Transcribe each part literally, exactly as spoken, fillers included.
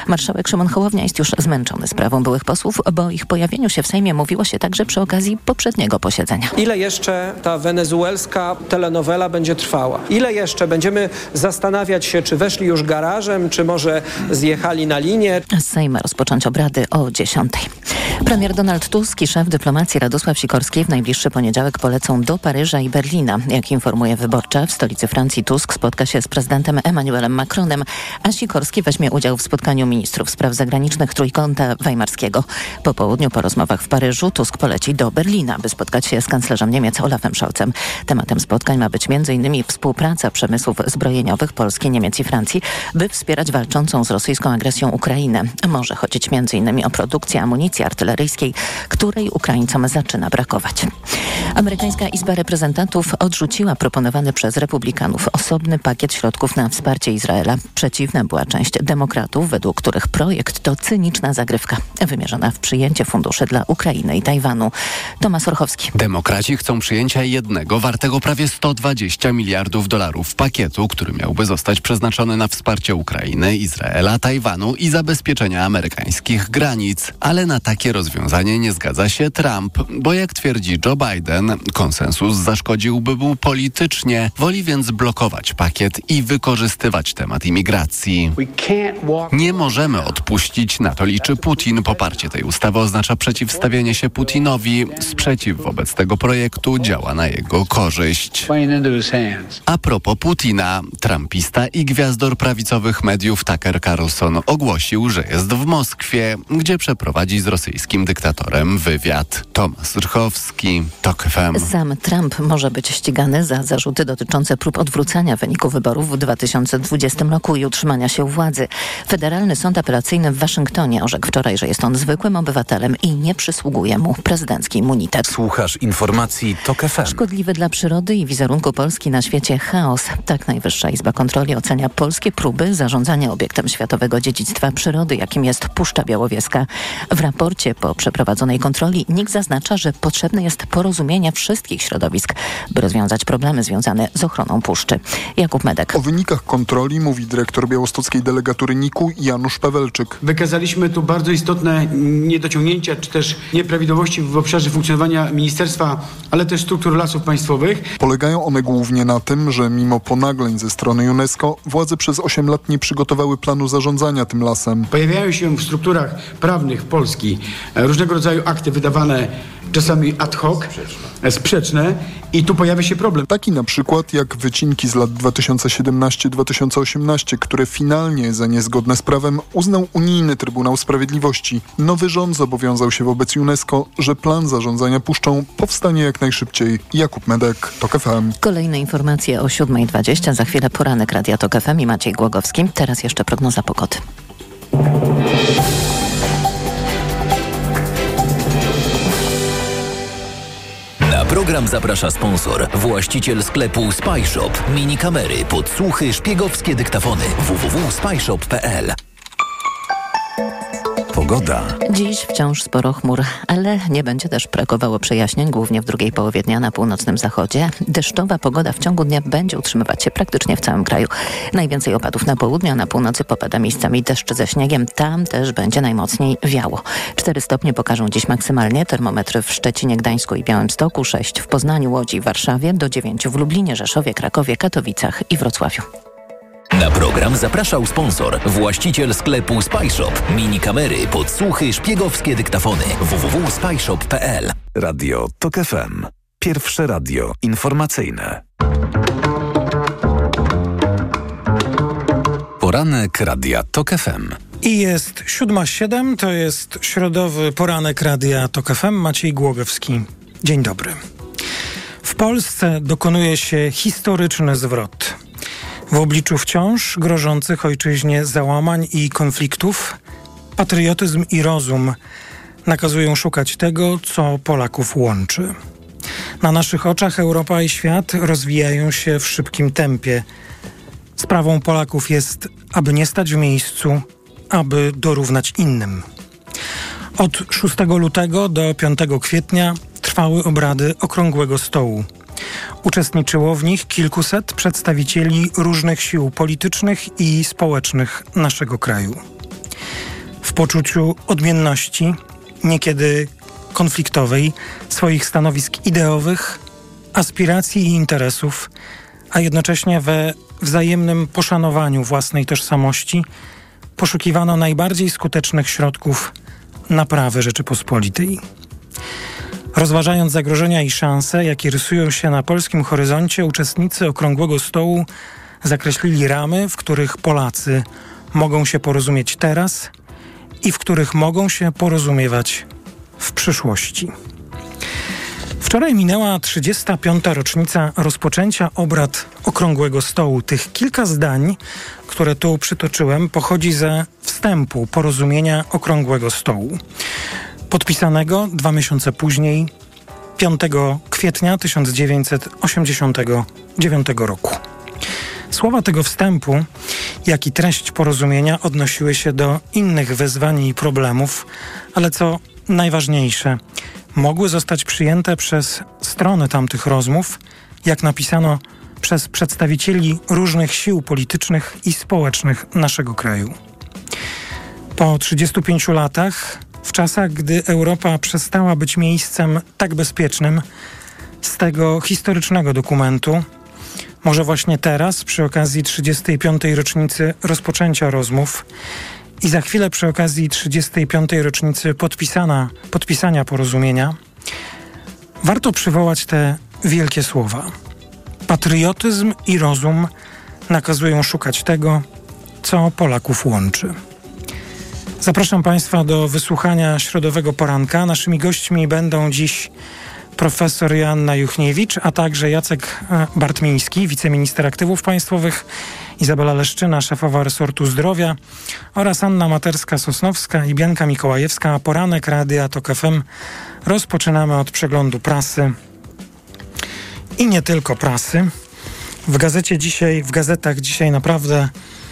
Marszałek Szymon Hołownia jest już zmęczony sprawą byłych posłów, bo o ich pojawieniu się w Sejmie mówiło się także przy okazji poprzedniego posiedzenia. Ile jeszcze ta wenezuelska telenowela będzie trwała? Ile jeszcze będziemy zastanawiać się, czy weszli już garażem, czy może zjechali na linię? Sejm ma rozpocząć obrady o dziesiątej. Premier Donald Tusk i szef dyplomacji Radosław Sikorski w najbliższy poniedziałek polecą do Paryża i Berlina. Jak informuje Wyborcza, w stolicy Francji Tusk spotka się z prezydentem Emmanuelem Macronem, a Sikorski weźmie udział w spotkaniu ministrów spraw zagranicznych Trójkąta Weimarskiego. Po południu po rozmowach w Paryżu Tusk poleci do Berlina, by spotkać się z kanclerzem Niemiec Olafem Scholzem. Tematem spotkań ma być między innymi współpraca przemysłów zbrojeniowych Polski, Niemiec i Francji, by wspierać walczącą z rosyjską agresją Ukrainę. Może chodzić między innymi o produkcję amunicji artyleryjskiej, której Ukraińcom zaczyna brakować. Amerykańska Izba Reprezentantów odrzuciła proponowany przez republikanów osobny pakiet środków na wsparcie Izraela. Przeciwna była część demokratów, według których projekt to cyniczna zagrywka wymierzona w przyjęcie funduszy dla Ukrainy i Tajwanu. Tomasz Orchowski. Demokraci chcą przyjęcia jednego, wartego prawie sto dwadzieścia miliardów dolarów pakietu, który miałby zostać przeznaczony na wsparcie Ukrainy, Izraela, Tajwanu i zabezpieczenia amerykańskich granic. Ale na takie rozwiązanie nie zgadza się Trump, bo jak twierdzi Joe Biden, konsensus zaszkodziłby mu politycznie. Woli więc blokować pakiet i wykorzystywać temat imigracji. Nie możemy odpuścić, na to liczy Putin. Poparcie tej ustawy oznacza przeciwstawienie się Putinowi. Sprzeciw wobec tego projektu działa na jego korzyść. A propos Putina, trumpista i gwiazdor prawicowych mediów Tucker Carlson ogłosił, że jest w Moskwie, gdzie przeprowadzi z rosyjskim dyktatorem wywiad. Tomasz Rchowski, TOK F M. Sam Trump może być ścigany za zarzuty dotyczące prób odwrócenia wyniku wyborów w dwa tysiące dwudziestym roku i utrzymania się u władzy. Federalny Sąd Apelacyjny w Waszyngtonie orzekł wczoraj, że jest on zwykłym obywatelem i nie przysługuje mu prezydencki immunitet. Słuchasz informacji TOK F M. Szkodliwy dla przyrody i wizerunku Polski na świecie chaos. Tak Najwyższa Izba Kontroli ocenia polskie próby zarządzania obiektem światowego dziedzictwa przyrody, jakim jest Puszcza Białowieska. W raporcie po przeprowadzonej kontroli NIK zaznacza, że potrzebne jest porozumienie wszystkich środowisk, by rozwiązać problemy związane z ochroną puszczy. Jakub Medek. O wynikach kontroli mówi dyrektor białostockiej delegatury NIK-u Janusz Pawelczyk. Wykazaliśmy tu bardzo istotne niedociągnięcia, czy też nieprawidłowości w obszarze funkcjonowania ministerstwa, ale też struktur lasów państwowych. Polegają one głównie na tym, że mimo ponagleń ze strony UNESCO władze przez osiem lat nie przygotowały planu zarządzania tym lasem. Pojawiają się w strukturach prawnych Polski różnego rodzaju akty wydawane czasami ad hoc, sprzeczne. sprzeczne i tu pojawia się problem. Taki na przykład jak wycinki z lat dwa tysiące siedemnasty do dwa tysiące osiemnastego, które finalnie za niezgodne z prawem uznał Unijny Trybunał Sprawiedliwości. Nowy rząd zobowiązał się wobec UNESCO, że plan zarządzania puszczą powstanie jak najszybciej. Jakub Medek, TOK F M. Kolejne informacje o siódma dwadzieścia, za chwilę poranek Radia TOK F M i Maciej Głogowski. Teraz jeszcze prognoza pogody. Na program zaprasza sponsor, właściciel sklepu SpyShop. Mini kamery, podsłuchy, szpiegowskie dyktafony. w w w kropka spyshop kropka p l. Pogoda. Dziś wciąż sporo chmur, ale nie będzie też brakowało przejaśnień, głównie w drugiej połowie dnia na północnym zachodzie. Deszczowa pogoda w ciągu dnia będzie utrzymywać się praktycznie w całym kraju. Najwięcej opadów na południu, a na północy popada miejscami deszcz ze śniegiem. Tam też będzie najmocniej wiało. cztery stopnie pokażą dziś maksymalnie termometry w Szczecinie, Gdańsku i Białymstoku, sześć w Poznaniu, Łodzi i Warszawie, do dziewięciu w Lublinie, Rzeszowie, Krakowie, Katowicach i Wrocławiu. Na program zapraszał sponsor, właściciel sklepu SpyShop. Mini kamery, podsłuchy, szpiegowskie dyktafony. w w w kropka spyshop kropka p l. Radio TOK F M. Pierwsze radio informacyjne. Poranek Radia TOK F M. I jest siódma siedem, to jest środowy poranek Radia TOK F M. Maciej Głogowski. Dzień dobry. W Polsce dokonuje się historyczny zwrot. W obliczu wciąż grożących ojczyźnie załamań i konfliktów, patriotyzm i rozum nakazują szukać tego, co Polaków łączy. Na naszych oczach Europa i świat rozwijają się w szybkim tempie. Sprawą Polaków jest, aby nie stać w miejscu, aby dorównać innym. Od szóstego lutego do piątego kwietnia trwały obrady Okrągłego Stołu. Uczestniczyło w nich kilkuset przedstawicieli różnych sił politycznych i społecznych naszego kraju. poczuciu odmienności, niekiedy konfliktowej, swoich stanowisk ideowych, aspiracji i interesów, a jednocześnie we wzajemnym poszanowaniu własnej tożsamości poszukiwano najbardziej skutecznych środków naprawy Rzeczypospolitej. Rozważając zagrożenia i szanse, jakie rysują się na polskim horyzoncie, uczestnicy Okrągłego Stołu zakreślili ramy, w których Polacy mogą się porozumieć teraz i w których mogą się porozumiewać w przyszłości. Wczoraj minęła trzydziesta piąta rocznica rozpoczęcia obrad Okrągłego Stołu. Tych kilka zdań, które tu przytoczyłem, pochodzi ze wstępu porozumienia Okrągłego Stołu, podpisanego dwa miesiące później, piątego kwietnia tysiąc dziewięćset osiemdziesiątego dziewiątego roku. Słowa tego wstępu, jak i treść porozumienia odnosiły się do innych wyzwań i problemów, ale co najważniejsze, mogły zostać przyjęte przez strony tamtych rozmów, jak napisano, przez przedstawicieli różnych sił politycznych i społecznych naszego kraju. Po trzydziestu pięciu latach, w czasach, gdy Europa przestała być miejscem tak bezpiecznym, z tego historycznego dokumentu, może właśnie teraz, przy okazji trzydziestej piątej rocznicy rozpoczęcia rozmów i za chwilę przy okazji trzydziestej piątej rocznicy podpisana, podpisania porozumienia, warto przywołać te wielkie słowa. Patriotyzm i rozum nakazują szukać tego, co Polaków łączy. Zapraszam Państwa do wysłuchania środowego poranka. Naszymi gośćmi będą dziś profesor Joanna Juchniewicz, a także Jacek Bartmiński, wiceminister aktywów państwowych, Izabela Leszczyna, szefowa resortu zdrowia oraz Anna Materska-Sosnowska i Bianka Mikołajewska. A poranek Radia Tok F M rozpoczynamy od przeglądu prasy i nie tylko prasy. W gazecie dzisiaj, w gazetach dzisiaj naprawdę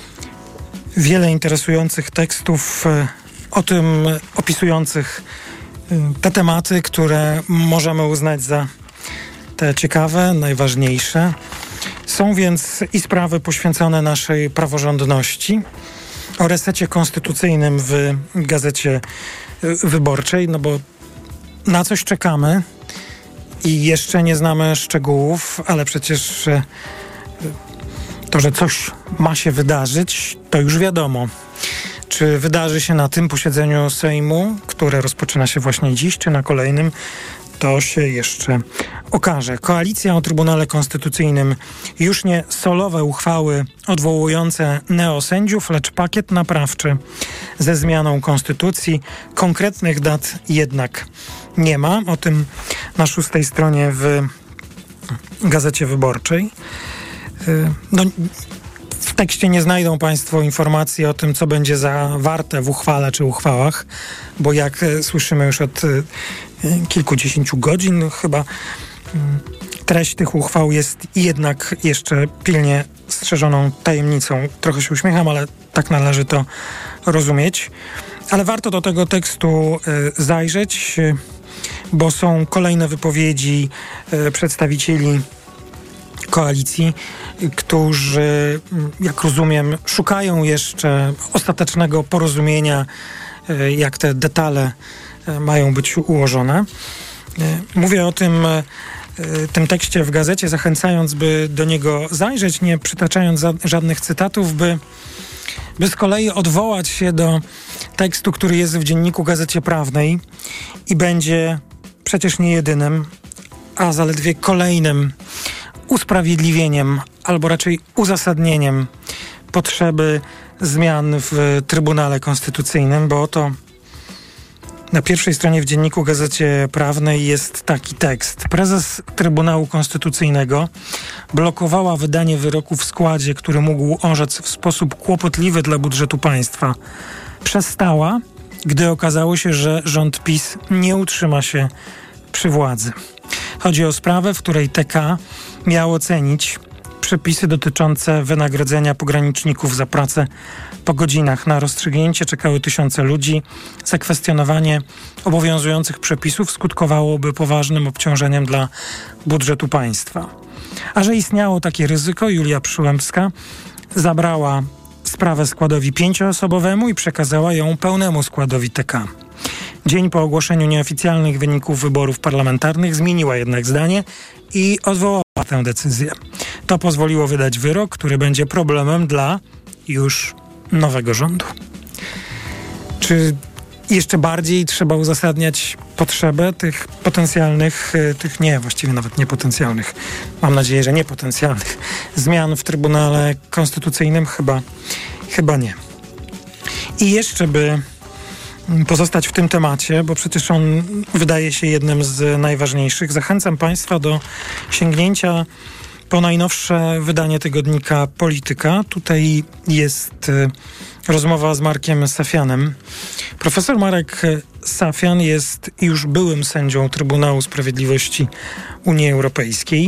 wiele interesujących tekstów o tym opisujących te tematy, które możemy uznać za te ciekawe, najważniejsze. Są więc i sprawy poświęcone naszej praworządności, o resecie konstytucyjnym w Gazecie Wyborczej, no bo na coś czekamy i jeszcze nie znamy szczegółów, ale przecież to, że coś ma się wydarzyć, to już wiadomo. Czy wydarzy się na tym posiedzeniu Sejmu, które rozpoczyna się właśnie dziś, czy na kolejnym, to się jeszcze okaże. Koalicja o Trybunale Konstytucyjnym już nie solowe uchwały odwołujące neosędziów, lecz pakiet naprawczy ze zmianą konstytucji. Konkretnych dat jednak nie ma. O tym na szóstej stronie w Gazecie Wyborczej. No, w tekście nie znajdą Państwo informacji o tym, co będzie zawarte w uchwale czy uchwałach, bo jak słyszymy już od kilkudziesięciu godzin, chyba treść tych uchwał jest jednak jeszcze pilnie strzeżoną tajemnicą. Trochę się uśmiecham, ale tak należy to rozumieć. Ale warto do tego tekstu zajrzeć, bo są kolejne wypowiedzi przedstawicieli koalicji, którzy, jak rozumiem, szukają jeszcze ostatecznego porozumienia, jak te detale mają być ułożone. Mówię o tym, tym tekście w gazecie, zachęcając, by do niego zajrzeć, nie przytaczając za, żadnych cytatów, by, by z kolei odwołać się do tekstu, który jest w dzienniku Gazecie Prawnej i będzie przecież nie jedynym, a zaledwie kolejnym usprawiedliwieniem, albo raczej uzasadnieniem potrzeby zmian w Trybunale Konstytucyjnym, bo oto na pierwszej stronie w dzienniku Gazecie Prawnej jest taki tekst. Prezes Trybunału Konstytucyjnego blokowała wydanie wyroku w składzie, który mógł orzec w sposób kłopotliwy dla budżetu państwa. Przestała, gdy okazało się, że rząd PiS nie utrzyma się przy władzy. Chodzi o sprawę, w której T K miał ocenić przepisy dotyczące wynagrodzenia pograniczników za pracę po godzinach. Na rozstrzygnięcie czekały tysiące ludzi. Zakwestionowanie obowiązujących przepisów skutkowałoby poważnym obciążeniem dla budżetu państwa. A że istniało takie ryzyko, Julia Przyłębska zabrała sprawę składowi pięcioosobowemu i przekazała ją pełnemu składowi T K. Dzień po ogłoszeniu nieoficjalnych wyników wyborów parlamentarnych zmieniła jednak zdanie i odwołała tę decyzję. To pozwoliło wydać wyrok, który będzie problemem dla już nowego rządu. Czy jeszcze bardziej trzeba uzasadniać potrzebę tych potencjalnych, tych nie, właściwie nawet niepotencjalnych, mam nadzieję, że niepotencjalnych zmian w Trybunale Konstytucyjnym? Chyba, chyba nie. I jeszcze by pozostać w tym temacie, bo przecież on wydaje się jednym z najważniejszych. Zachęcam Państwa do sięgnięcia po najnowsze wydanie tygodnika Polityka. Tutaj jest rozmowa z Markiem Safianem. Profesor Marek Safian jest już byłym sędzią Trybunału Sprawiedliwości Unii Europejskiej,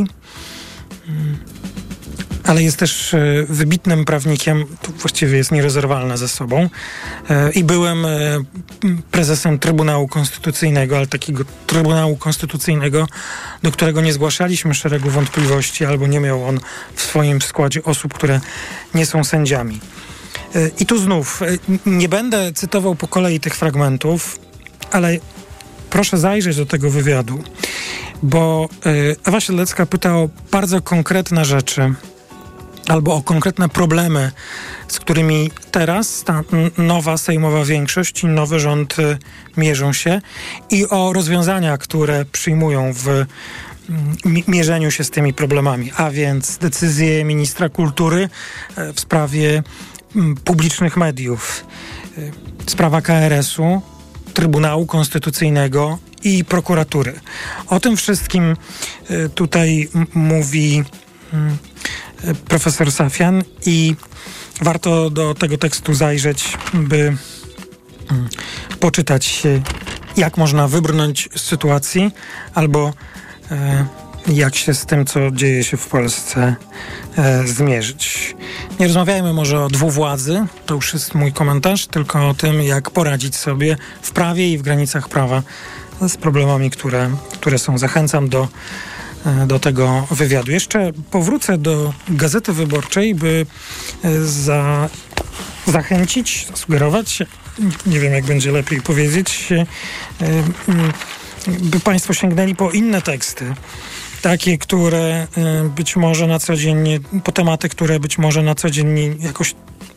ale jest też wybitnym prawnikiem, to właściwie jest nierozerwalne ze sobą, i byłem prezesem Trybunału Konstytucyjnego, ale takiego Trybunału Konstytucyjnego, do którego nie zgłaszaliśmy szeregu wątpliwości, albo nie miał on w swoim składzie osób, które nie są sędziami. I tu znów nie będę cytował po kolei tych fragmentów, ale proszę zajrzeć do tego wywiadu, bo Ewa Siedlecka pyta o bardzo konkretne rzeczy albo o konkretne problemy, z którymi teraz ta nowa sejmowa większość i nowy rząd mierzą się, i o rozwiązania, które przyjmują w mierzeniu się z tymi problemami, a więc decyzje ministra kultury w sprawie publicznych mediów, sprawa K R S u, Trybunału Konstytucyjnego i prokuratury. O tym wszystkim tutaj m- mówi m- profesor Safian i warto do tego tekstu zajrzeć, by m- poczytać, jak można wybrnąć z sytuacji, albo e, jak się z tym, co dzieje się w Polsce, e, zmierzyć. Nie rozmawiajmy może o dwuwładzy, to już jest mój komentarz, tylko o tym, jak poradzić sobie w prawie i w granicach prawa z problemami, które, które są. Zachęcam do, e, do tego wywiadu. Jeszcze powrócę do Gazety Wyborczej, by e, za, zachęcić, zasugerować, nie wiem, jak będzie lepiej powiedzieć, e, e, by Państwo sięgnęli po inne teksty. Takie, które y, być może na co dzień, po tematy, które być może na co dzień jakoś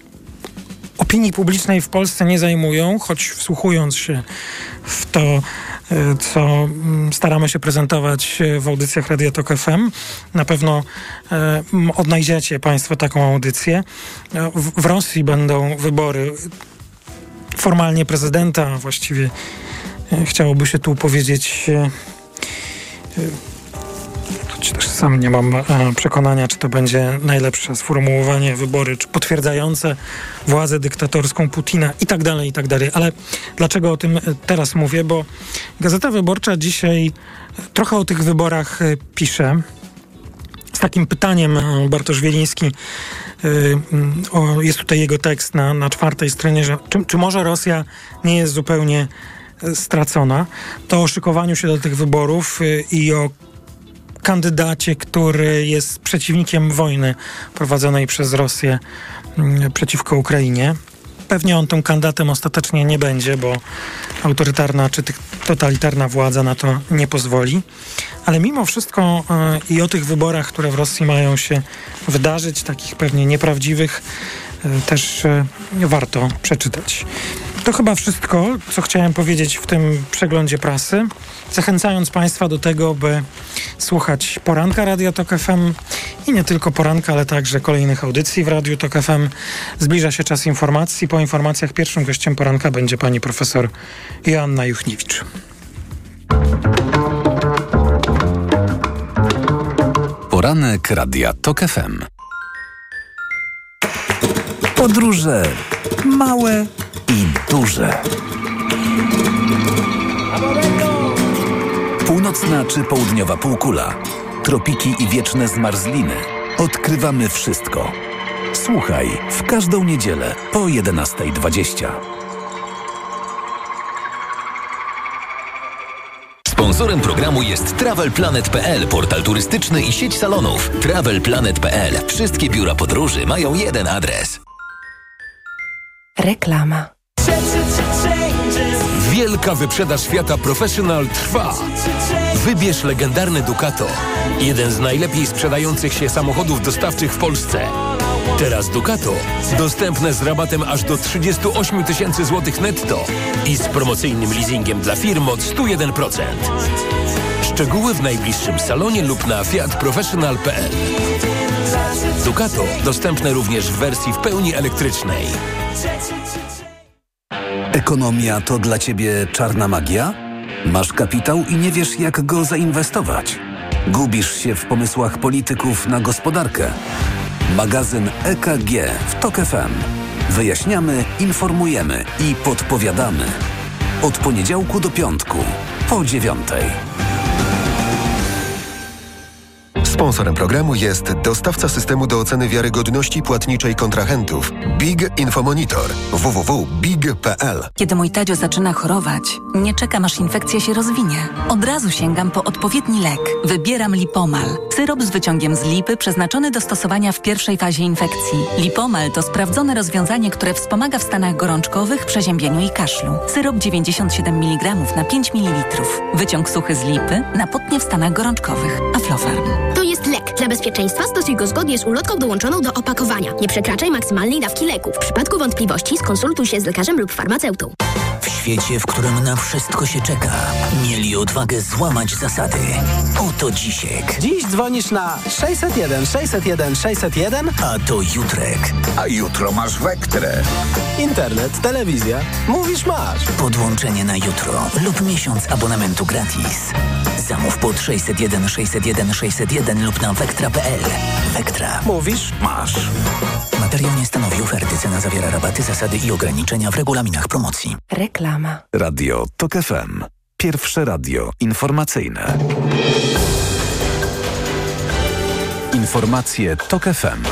opinii publicznej w Polsce nie zajmują, choć wsłuchując się w to, y, co y, staramy się prezentować w audycjach Radia Tok F M, na pewno y, odnajdziecie Państwo taką audycję. W, w Rosji będą wybory formalnie prezydenta, właściwie y, chciałoby się tu powiedzieć y, y, też sam nie mam e, przekonania, czy to będzie najlepsze sformułowanie, wybory, czy potwierdzające władzę dyktatorską Putina i tak dalej, i tak dalej. Ale dlaczego o tym teraz mówię? Bo Gazeta Wyborcza dzisiaj trochę o tych wyborach e, pisze. Z takim pytaniem e, Bartosz Wieliński, e, o, jest tutaj jego tekst na, na czwartej stronie, że czy, czy może Rosja nie jest zupełnie e, stracona? To o szykowaniu się do tych wyborów e, i o kandydacie, który jest przeciwnikiem wojny prowadzonej przez Rosję m, przeciwko Ukrainie. Pewnie on tym kandydatem ostatecznie nie będzie, bo autorytarna czy totalitarna władza na to nie pozwoli. Ale mimo wszystko y, i o tych wyborach, które w Rosji mają się wydarzyć, takich pewnie nieprawdziwych, y, też y, warto przeczytać. To chyba wszystko, co chciałem powiedzieć w tym przeglądzie prasy. Zachęcając Państwa do tego, by słuchać poranka Radia Tok F M i nie tylko poranka, ale także kolejnych audycji w Radiu Tok F M. Zbliża się czas informacji. Po informacjach pierwszym gościem poranka będzie pani profesor Joanna Juchniewicz. Poranek Radia Tok F M. Podróże małe i duże. Północna czy południowa półkula, tropiki i wieczne zmarzliny. Odkrywamy wszystko. Słuchaj w każdą niedzielę po jedenasta dwadzieścia. Sponsorem programu jest Travel Planet kropka p l, portal turystyczny i sieć salonów. Travel Planet kropka p l. Wszystkie biura podróży mają jeden adres. Reklama. Wielka wyprzedaż Fiata Professional trwa. Wybierz legendarny Ducato. Jeden z najlepiej sprzedających się samochodów dostawczych w Polsce. Teraz Ducato dostępne z rabatem aż do trzydzieści osiem tysięcy złotych netto i z promocyjnym leasingiem dla firm od sto jeden procent. Szczegóły w najbliższym salonie lub na fiat professional kropka p l. Ducato dostępne również w wersji w pełni elektrycznej. Ekonomia to dla Ciebie czarna magia? Masz kapitał i nie wiesz, jak go zainwestować? Gubisz się w pomysłach polityków na gospodarkę? Magazyn E K G w TOK F M. Wyjaśniamy, informujemy i podpowiadamy. Od poniedziałku do piątku, po dziewiątej. Sponsorem programu jest dostawca systemu do oceny wiarygodności płatniczej kontrahentów Big Infomonitor w w w kropka big kropka p l. Kiedy mój Tadzio zaczyna chorować, nie czekam, aż infekcja się rozwinie. Od razu sięgam po odpowiedni lek. Wybieram Lipomal. Syrop z wyciągiem z lipy przeznaczony do stosowania w pierwszej fazie infekcji. Lipomal to sprawdzone rozwiązanie, które wspomaga w stanach gorączkowych, przeziębieniu i kaszlu. Syrop dziewięćdziesiąt siedem miligramów na pięć mililitrów. Wyciąg suchy z lipy na potnie w stanach gorączkowych. Aflofarm. To jest lek. Dla bezpieczeństwa stosuj go zgodnie z ulotką dołączoną do opakowania. Nie przekraczaj maksymalnej dawki leku. W przypadku wątpliwości skonsultuj się z lekarzem lub farmaceutą. W świecie, w którym na wszystko się czeka, mieli odwagę złamać zasady. Oto Dzisiek. Dziś dzwonisz na sześćset jeden sześćset jeden sześćset jeden, a to Jutrek. A jutro masz Vectrę. Internet, telewizja. Mówisz masz. Podłączenie na jutro lub miesiąc abonamentu gratis. Zamów pod sześćset jeden sześćset jeden sześćset jeden lub na vectra kropka p l. Vectra. Mówisz masz. Materiał nie stanowi oferty. Cena zawiera rabaty, zasady i ograniczenia w regulaminach promocji. Reklama. Radio TOK F M. Pierwsze radio informacyjne. Informacje TOK F M.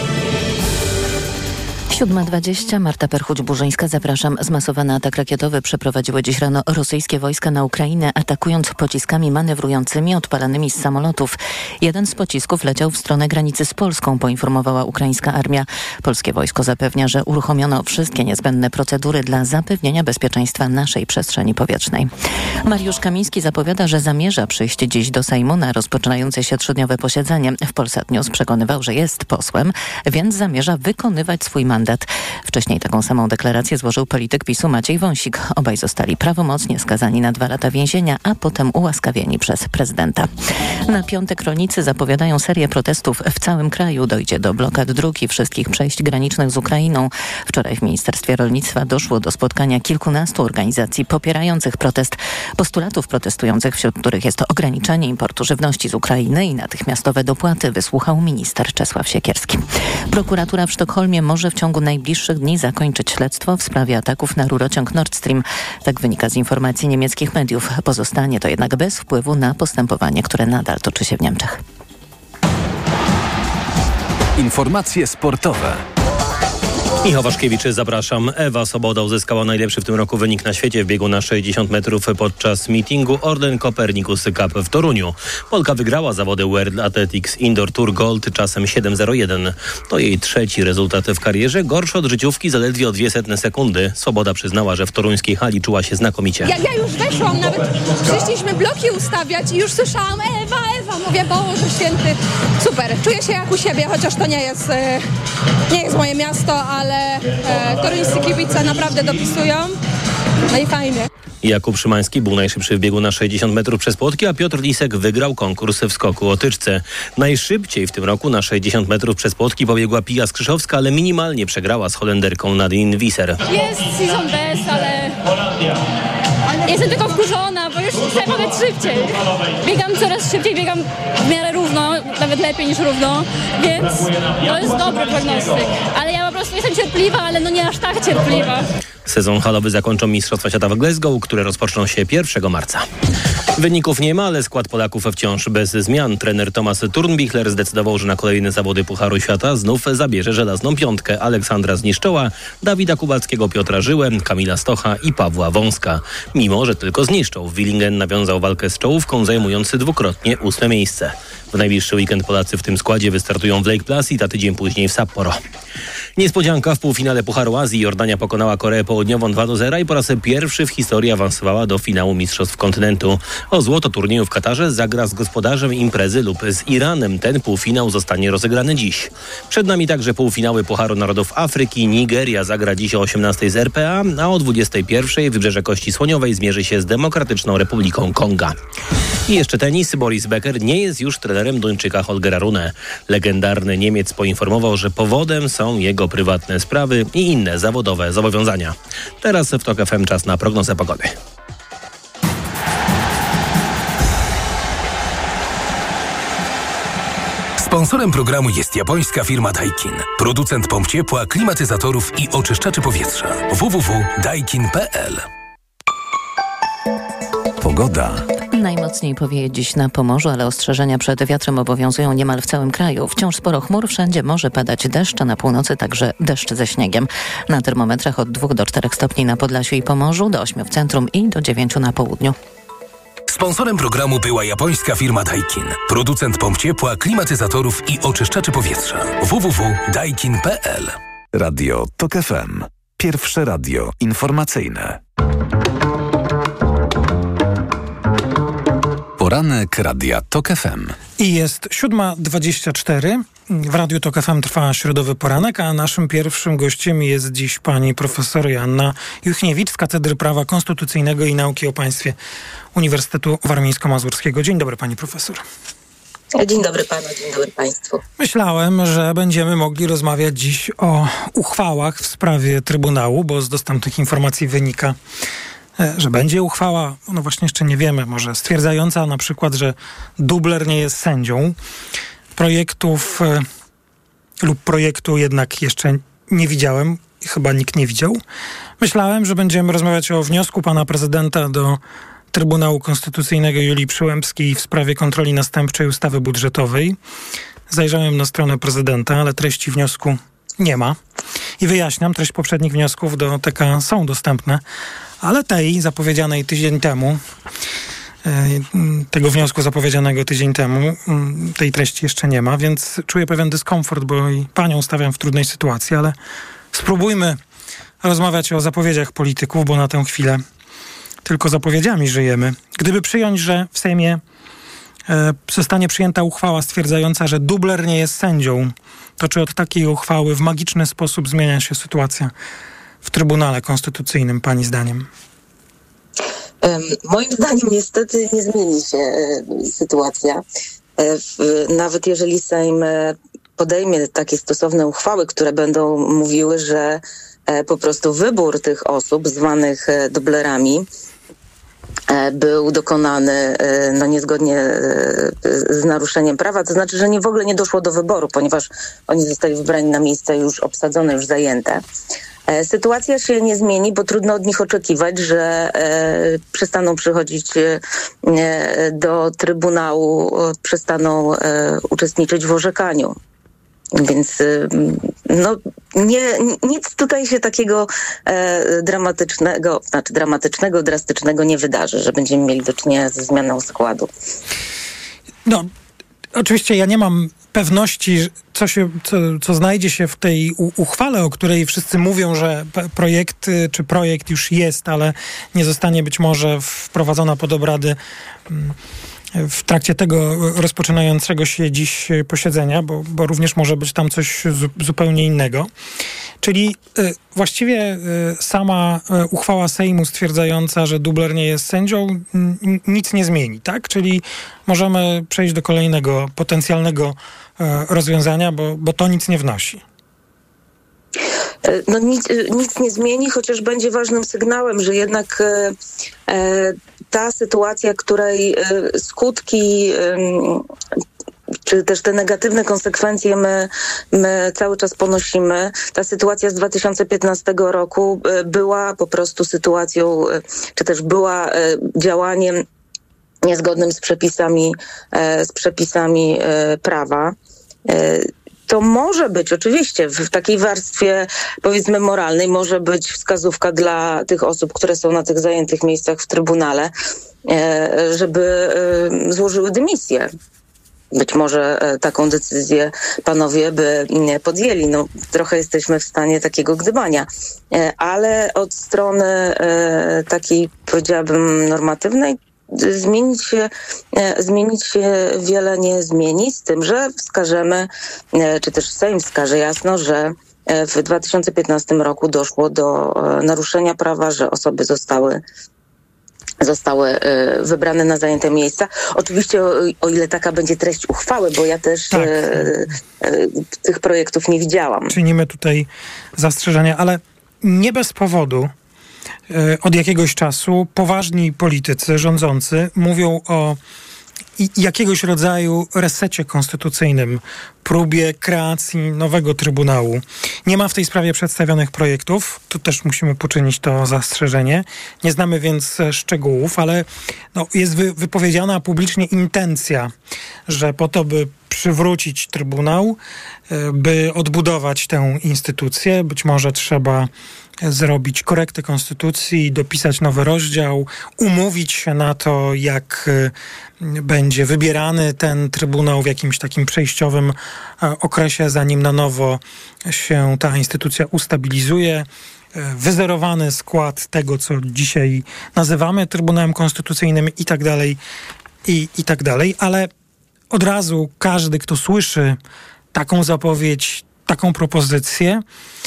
siódma dwadzieścia, Marta Perchuć-Burzyńska, zapraszam. Zmasowany atak rakietowy przeprowadziły dziś rano rosyjskie wojska na Ukrainę, atakując pociskami manewrującymi odpalanymi z samolotów. Jeden z pocisków leciał w stronę granicy z Polską, poinformowała ukraińska armia. Polskie wojsko zapewnia, że uruchomiono wszystkie niezbędne procedury dla zapewnienia bezpieczeństwa naszej przestrzeni powietrznej. Mariusz Kamiński zapowiada, że zamierza przyjść dziś do Sejmu na rozpoczynające się trzydniowe posiedzenie. W Polsat News przekonywał, że jest posłem, więc zamierza wykonywać swój mandat. Wcześniej taką samą deklarację złożył polityk PiSu Maciej Wąsik. Obaj zostali prawomocnie skazani na dwa lata więzienia, a potem ułaskawieni przez prezydenta. Na piątek rolnicy zapowiadają serię protestów w całym kraju. Dojdzie do blokad dróg i wszystkich przejść granicznych z Ukrainą. Wczoraj w Ministerstwie Rolnictwa doszło do spotkania kilkunastu organizacji popierających protest. Postulatów protestujących, wśród których jest to ograniczenie importu żywności z Ukrainy i natychmiastowe dopłaty, wysłuchał minister Czesław Siekierski. Prokuratura w Sztokholmie może w ciągu najbliższych dni zakończyć śledztwo w sprawie ataków na rurociąg Nord Stream. Tak wynika z informacji niemieckich mediów. Pozostanie to jednak bez wpływu na postępowanie, które nadal toczy się w Niemczech. Informacje sportowe. Michał Waszkiewicz, zapraszam. Ewa Soboda uzyskała najlepszy w tym roku wynik na świecie w biegu na sześćdziesiąt metrów podczas meetingu Orlen Copernicus Cup w Toruniu. Polka wygrała zawody World Athletics Indoor Tour Gold czasem siedem zero jeden. To jej trzeci rezultat w karierze, gorszy od życiówki zaledwie o dwie setne sekundy. Soboda przyznała, że w toruńskiej hali czuła się znakomicie. Jak ja już weszłam, nawet przyszliśmy bloki ustawiać i już słyszałam Ewa, Ewa, mówię, Boże Święty, super, czuję się jak u siebie, chociaż to nie jest, nie jest moje miasto, ale e, toruńscy kibice naprawdę dopisują. No i fajnie. Jakub Szymański był najszybszy w biegu na sześćdziesiąt metrów przez płotki, a Piotr Lisek wygrał konkurs w skoku o tyczce. Najszybciej w tym roku na sześćdziesiąt metrów przez płotki pobiegła Pia Skrzyszowska, ale minimalnie przegrała z Holenderką Nadine Visser. Jest season best, ale jestem tylko wkurzona, bo już chcę pobiec szybciej. Biegam coraz szybciej, biegam w miarę równo, nawet lepiej niż równo, więc to jest dobry prognostyk. Ale ja po prostu jestem cierpliwa, ale no nie aż tak cierpliwa. Sezon halowy zakończą Mistrzostwa Świata w Glasgow, które rozpoczną się pierwszego marca. Wyników nie ma, ale skład Polaków wciąż bez zmian. Trener Tomasz Turnbichler zdecydował, że na kolejne zawody Pucharu Świata znów zabierze żelazną piątkę Aleksandra Zniszczoła, Dawida Kubalskiego, Piotra Żyłę, Kamila Stocha i Pawła Wąska. Mimo że tylko Zniszczoł, Willingen nawiązał walkę z czołówką, zajmujący dwukrotnie ósme miejsce. W najbliższy weekend Polacy w tym składzie wystartują w Lake Placid, a tydzień później w Sapporo. Niespodzianka w półfinale Pucharu Azji. Jordania pokonała Koreę Południową dwa do zera i po raz pierwszy w historii awansowała do finału Mistrzostw Kontynentu. O złoto turnieju w Katarze zagra z gospodarzem imprezy lub z Iranem. Ten półfinał zostanie rozegrany dziś. Przed nami także półfinały Pucharu Narodów Afryki. Nigeria zagra dziś o osiemnastej z R P A, a o dwudziestej pierwszej Wybrzeże Kości Słoniowej zmierzy się z Demokratyczną Republiką Konga. I jeszcze tenis. Boris Becker nie jest już trenerem Duńczyka Holgera Rune. Legendarny Niemiec poinformował, że powodem są jego prywatne sprawy i inne zawodowe zobowiązania. Teraz w TOK F M czas na prognozę pogody. Sponsorem programu jest japońska firma Daikin. Producent pomp ciepła, klimatyzatorów i oczyszczaczy powietrza. w w w kropka daikin kropka p l. Pogoda. Najmocniej powieje dziś na Pomorzu, ale ostrzeżenia przed wiatrem obowiązują niemal w całym kraju. Wciąż sporo chmur, wszędzie może padać deszcz, a na północy także deszcz ze śniegiem. Na termometrach od dwóch do czterech stopni na Podlasiu i Pomorzu, do ośmiu w centrum i do dziewięciu na południu. Sponsorem programu była japońska firma Daikin. Producent pomp ciepła, klimatyzatorów i oczyszczaczy powietrza. w w w kropka daikin kropka p l. Radio TOK F M. Pierwsze radio informacyjne. Poranek Radia TOK F M. I jest siódma dwadzieścia cztery. W Radiu TOK F M trwa środowy poranek, a naszym pierwszym gościem jest dziś pani profesor Joanna Juchniewicz z Katedry Prawa Konstytucyjnego i Nauki o Państwie Uniwersytetu Warmińsko-Mazurskiego. Dzień dobry, pani profesor. Dzień dobry panu, dzień dobry państwu. Myślałem, że będziemy mogli rozmawiać dziś o uchwałach w sprawie Trybunału, bo z dostępnych informacji wynika, że będzie uchwała, no właśnie jeszcze nie wiemy, może stwierdzająca na przykład, że dubler nie jest sędzią. Projektów e, lub projektu jednak jeszcze nie widziałem i chyba nikt nie widział. Myślałem, że będziemy rozmawiać o wniosku pana prezydenta do Trybunału Konstytucyjnego Julii Przyłębskiej w sprawie kontroli następczej ustawy budżetowej. Zajrzałem na stronę prezydenta, ale treści wniosku nie ma. I wyjaśniam, treść poprzednich wniosków do T K są dostępne, ale tej zapowiedzianej tydzień temu, tego wniosku zapowiedzianego tydzień temu, tej treści jeszcze nie ma, więc czuję pewien dyskomfort, bo i panią stawiam w trudnej sytuacji, ale spróbujmy rozmawiać o zapowiedziach polityków, bo na tę chwilę tylko zapowiedziami żyjemy. Gdyby przyjąć, że w Sejmie e, zostanie przyjęta uchwała stwierdzająca, że dubler nie jest sędzią, to czy od takiej uchwały w magiczny sposób zmienia się sytuacja w Trybunale Konstytucyjnym, pani zdaniem? Um, moim zdaniem niestety nie zmieni się e, sytuacja. E, w, nawet jeżeli Sejm e, podejmie takie stosowne uchwały, które będą mówiły, że e, po prostu wybór tych osób zwanych e, dublerami e, był dokonany e, no, niezgodnie e, z naruszeniem prawa, to znaczy, że nie w ogóle nie doszło do wyboru, ponieważ oni zostali wybrani na miejsca już obsadzone, już zajęte. Sytuacja się nie zmieni, bo trudno od nich oczekiwać, że e, przestaną przychodzić e, do Trybunału, e, przestaną e, uczestniczyć w orzekaniu. Więc e, no, nie, nic tutaj się takiego e, dramatycznego, znaczy dramatycznego, drastycznego nie wydarzy, że będziemy mieli do czynienia ze zmianą składu. No, oczywiście ja nie mam pewności, co, się, co, co znajdzie się w tej u- uchwale, o której wszyscy mówią, że p- projekt czy projekt już jest, ale nie zostanie być może wprowadzona pod obrady w trakcie tego rozpoczynającego się dziś posiedzenia, bo, bo również może być tam coś zu- zupełnie innego. Czyli y, właściwie y, sama y, uchwała Sejmu stwierdzająca, że dubler nie jest sędzią, y, nic nie zmieni, tak? Czyli możemy przejść do kolejnego potencjalnego y, rozwiązania, bo, bo to nic nie wnosi. No nic, nic nie zmieni, chociaż będzie ważnym sygnałem, że jednak e, e, ta sytuacja, której e, skutki e, czy też te negatywne konsekwencje my, my cały czas ponosimy. Ta sytuacja z dwa tysiące piętnastego roku e, była po prostu sytuacją, e, czy też była e, działaniem niezgodnym z przepisami, e, z przepisami e, prawa. E, To może być, oczywiście, w takiej warstwie, powiedzmy, moralnej, może być wskazówka dla tych osób, które są na tych zajętych miejscach w Trybunale, żeby złożyły dymisję. być może taką decyzję panowie by podjęli. No, trochę jesteśmy w stanie takiego gdybania. Ale od strony takiej, powiedziałabym, normatywnej, zmienić się, zmienić się wiele nie zmieni, z tym, że wskażemy, czy też Sejm wskaże jasno, że w dwa tysiące piętnastym roku doszło do naruszenia prawa, że osoby zostały zostały wybrane na zajęte miejsca. Oczywiście o, o ile taka będzie treść uchwały, bo ja też tak. e, e, tych projektów nie widziałam. Czynimy tutaj zastrzeżenia, ale nie bez powodu e, od jakiegoś czasu poważni politycy rządzący mówią o i jakiegoś rodzaju resecie konstytucyjnym, próbie kreacji nowego Trybunału. Nie ma w tej sprawie przedstawionych projektów, tu też musimy poczynić to zastrzeżenie. Nie znamy więc szczegółów, ale no, jest wy, wypowiedziana publicznie intencja, że po to, by przywrócić Trybunał, by odbudować tę instytucję, być może trzeba zrobić korektę konstytucji, dopisać nowy rozdział, umówić się na to, jak będzie wybierany ten Trybunał w jakimś takim przejściowym okresie, zanim na nowo się ta instytucja ustabilizuje. Wyzerowany skład tego, co dzisiaj nazywamy Trybunałem Konstytucyjnym i tak dalej, i, i tak dalej. Ale od razu każdy, kto słyszy taką zapowiedź, taką propozycję,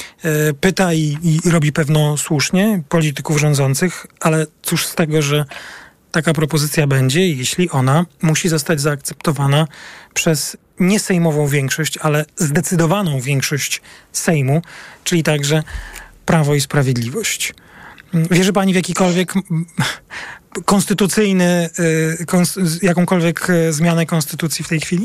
pyta i, i robi pewno słusznie polityków rządzących, ale cóż z tego, że taka propozycja będzie, jeśli ona musi zostać zaakceptowana przez nie sejmową większość, ale zdecydowaną większość Sejmu, czyli także Prawo i Sprawiedliwość. Wierzy pani w jakikolwiek konstytucyjny, jakąkolwiek zmianę konstytucji w tej chwili?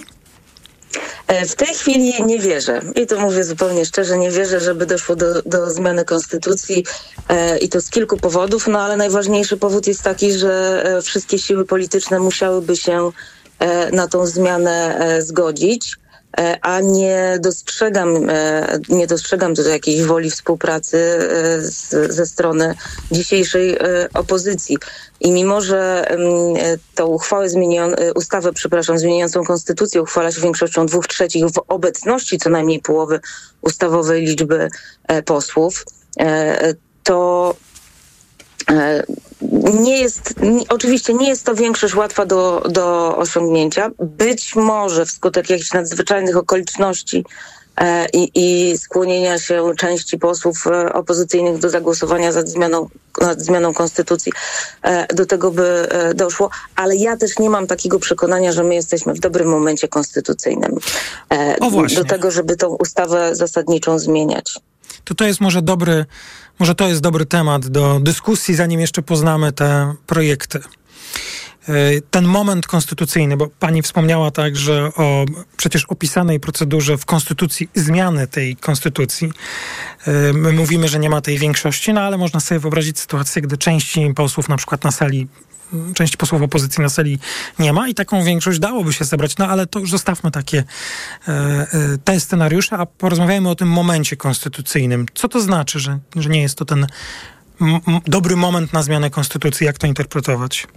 W tej chwili nie wierzę i to mówię zupełnie szczerze, nie wierzę, żeby doszło do, do zmiany konstytucji e, i to z kilku powodów, no ale najważniejszy powód jest taki, że e, wszystkie siły polityczne musiałyby się e, na tą zmianę e, zgodzić, e, a nie dostrzegam, e, nie dostrzegam tutaj jakiejś woli współpracy e, z, ze strony dzisiejszej e, opozycji. I mimo, że um, tą uchwałę zmienion, ustawę, przepraszam, zmieniającą konstytucję uchwala się większością dwóch trzecich w obecności co najmniej połowy ustawowej liczby e, posłów, e, to e, nie jest, nie, oczywiście nie jest to większość łatwa do, do osiągnięcia. Być może wskutek jakichś nadzwyczajnych okoliczności I, i skłonienia się części posłów opozycyjnych do zagłosowania za zmianą, nad zmianą konstytucji, do tego by doszło. Ale ja też nie mam takiego przekonania, że my jesteśmy w dobrym momencie konstytucyjnym o właśnie. do tego, żeby tą ustawę zasadniczą zmieniać. To to jest może dobry, może to jest dobry temat do dyskusji, zanim jeszcze poznamy te projekty. Ten moment konstytucyjny, bo pani wspomniała także o przecież opisanej procedurze w konstytucji, zmiany tej konstytucji. My mówimy, że nie ma tej większości, no ale można sobie wyobrazić sytuację, gdy części posłów na przykład na sali, części posłów opozycji na sali nie ma i taką większość dałoby się zebrać, no ale to już zostawmy takie te scenariusze, a porozmawiajmy o tym momencie konstytucyjnym. Co to znaczy, że, że nie jest to ten m- dobry moment na zmianę konstytucji? Jak to interpretować?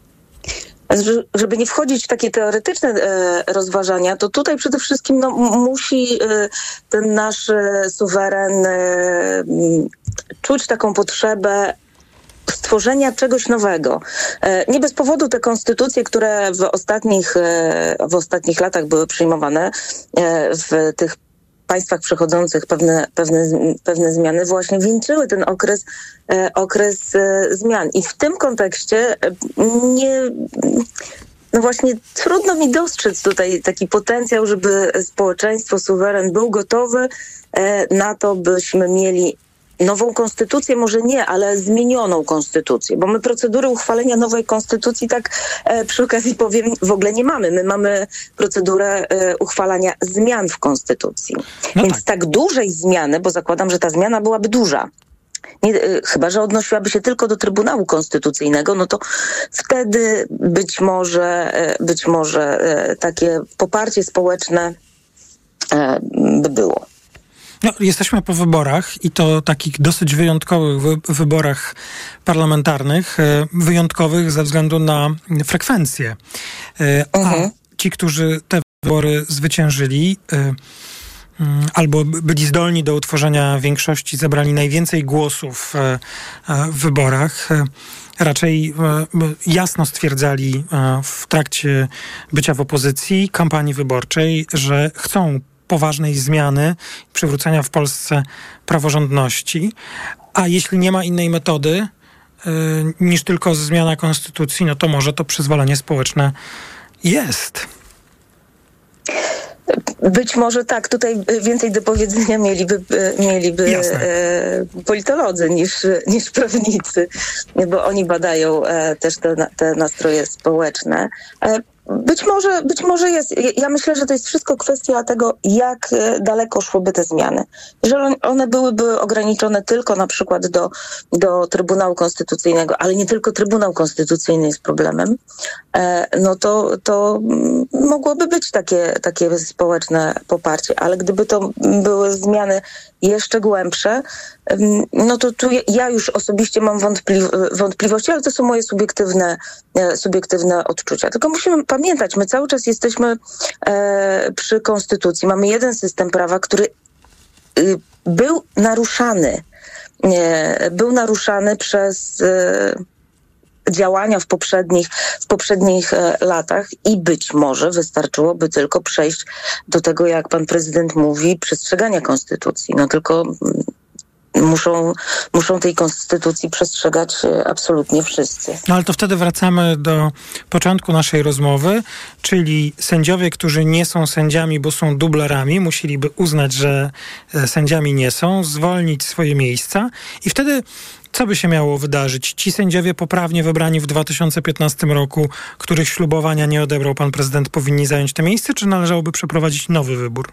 Żeby nie wchodzić w takie teoretyczne e, rozważania, to tutaj przede wszystkim no, musi e, ten nasz e, suweren e, czuć taką potrzebę stworzenia czegoś nowego. E, nie bez powodu te konstytucje, które w ostatnich, e, w ostatnich latach były przyjmowane e, w tych państwach przechodzących pewne, pewne, pewne zmiany właśnie wieńczyły ten okres, e, okres e, zmian. I w tym kontekście e, nie, no właśnie trudno mi dostrzec tutaj taki potencjał, żeby społeczeństwo, suweren był gotowy e, na to, byśmy mieli nową konstytucję, może nie, ale zmienioną konstytucję, bo my procedury uchwalenia nowej konstytucji, tak e, przy okazji powiem, w ogóle nie mamy. My mamy procedurę e, uchwalania zmian w konstytucji. No Więc tak. tak dużej zmiany, bo zakładam, że ta zmiana byłaby duża, nie, e, chyba że odnosiłaby się tylko do Trybunału Konstytucyjnego, no to wtedy być może, e, być może e, takie poparcie społeczne e, by było. No, jesteśmy po wyborach i to takich dosyć wyjątkowych wy- wyborach parlamentarnych, e, wyjątkowych ze względu na frekwencję. E, mhm. A ci, którzy te wybory zwyciężyli, albo byli zdolni do utworzenia większości, zebrali najwięcej głosów w wyborach. Raczej jasno stwierdzali w trakcie bycia w opozycji, kampanii wyborczej, że chcą poważnej zmiany, przywrócenia w Polsce praworządności. A jeśli nie ma innej metody niż tylko zmiana konstytucji, no to może to przyzwolenie społeczne jest. Być może tak, tutaj więcej do powiedzenia mieliby, mieliby e, politolodzy niż, niż prawnicy, bo oni badają e, też te, te nastroje społeczne. E, Być może, być może jest. Ja myślę, że to jest wszystko kwestia tego, jak daleko szłyby te zmiany. Jeżeli one byłyby ograniczone tylko na przykład do, do Trybunału Konstytucyjnego, ale nie tylko Trybunał Konstytucyjny jest problemem, no to, to mogłoby być takie, takie społeczne poparcie. Ale gdyby to były zmiany jeszcze głębsze, no to tu ja już osobiście mam wątpli- wątpliwości, ale to są moje subiektywne, subiektywne odczucia. Tylko musimy pamiętać, my cały czas jesteśmy e, przy Konstytucji. Mamy jeden system prawa, który y, był naruszany. E, był naruszany przez e, działania w poprzednich, w poprzednich e, latach i być może wystarczyłoby tylko przejść do tego, jak pan prezydent mówi, przestrzegania Konstytucji. No tylko Muszą, muszą tej konstytucji przestrzegać absolutnie wszyscy. No ale to wtedy wracamy do początku naszej rozmowy, czyli sędziowie, którzy nie są sędziami, bo są dublerami, musieliby uznać, że sędziami nie są, zwolnić swoje miejsca i wtedy co by się miało wydarzyć? Ci sędziowie poprawnie wybrani w dwa tysiące piętnastym roku, których ślubowania nie odebrał pan prezydent, powinni zająć te miejsce, czy należałoby przeprowadzić nowy wybór?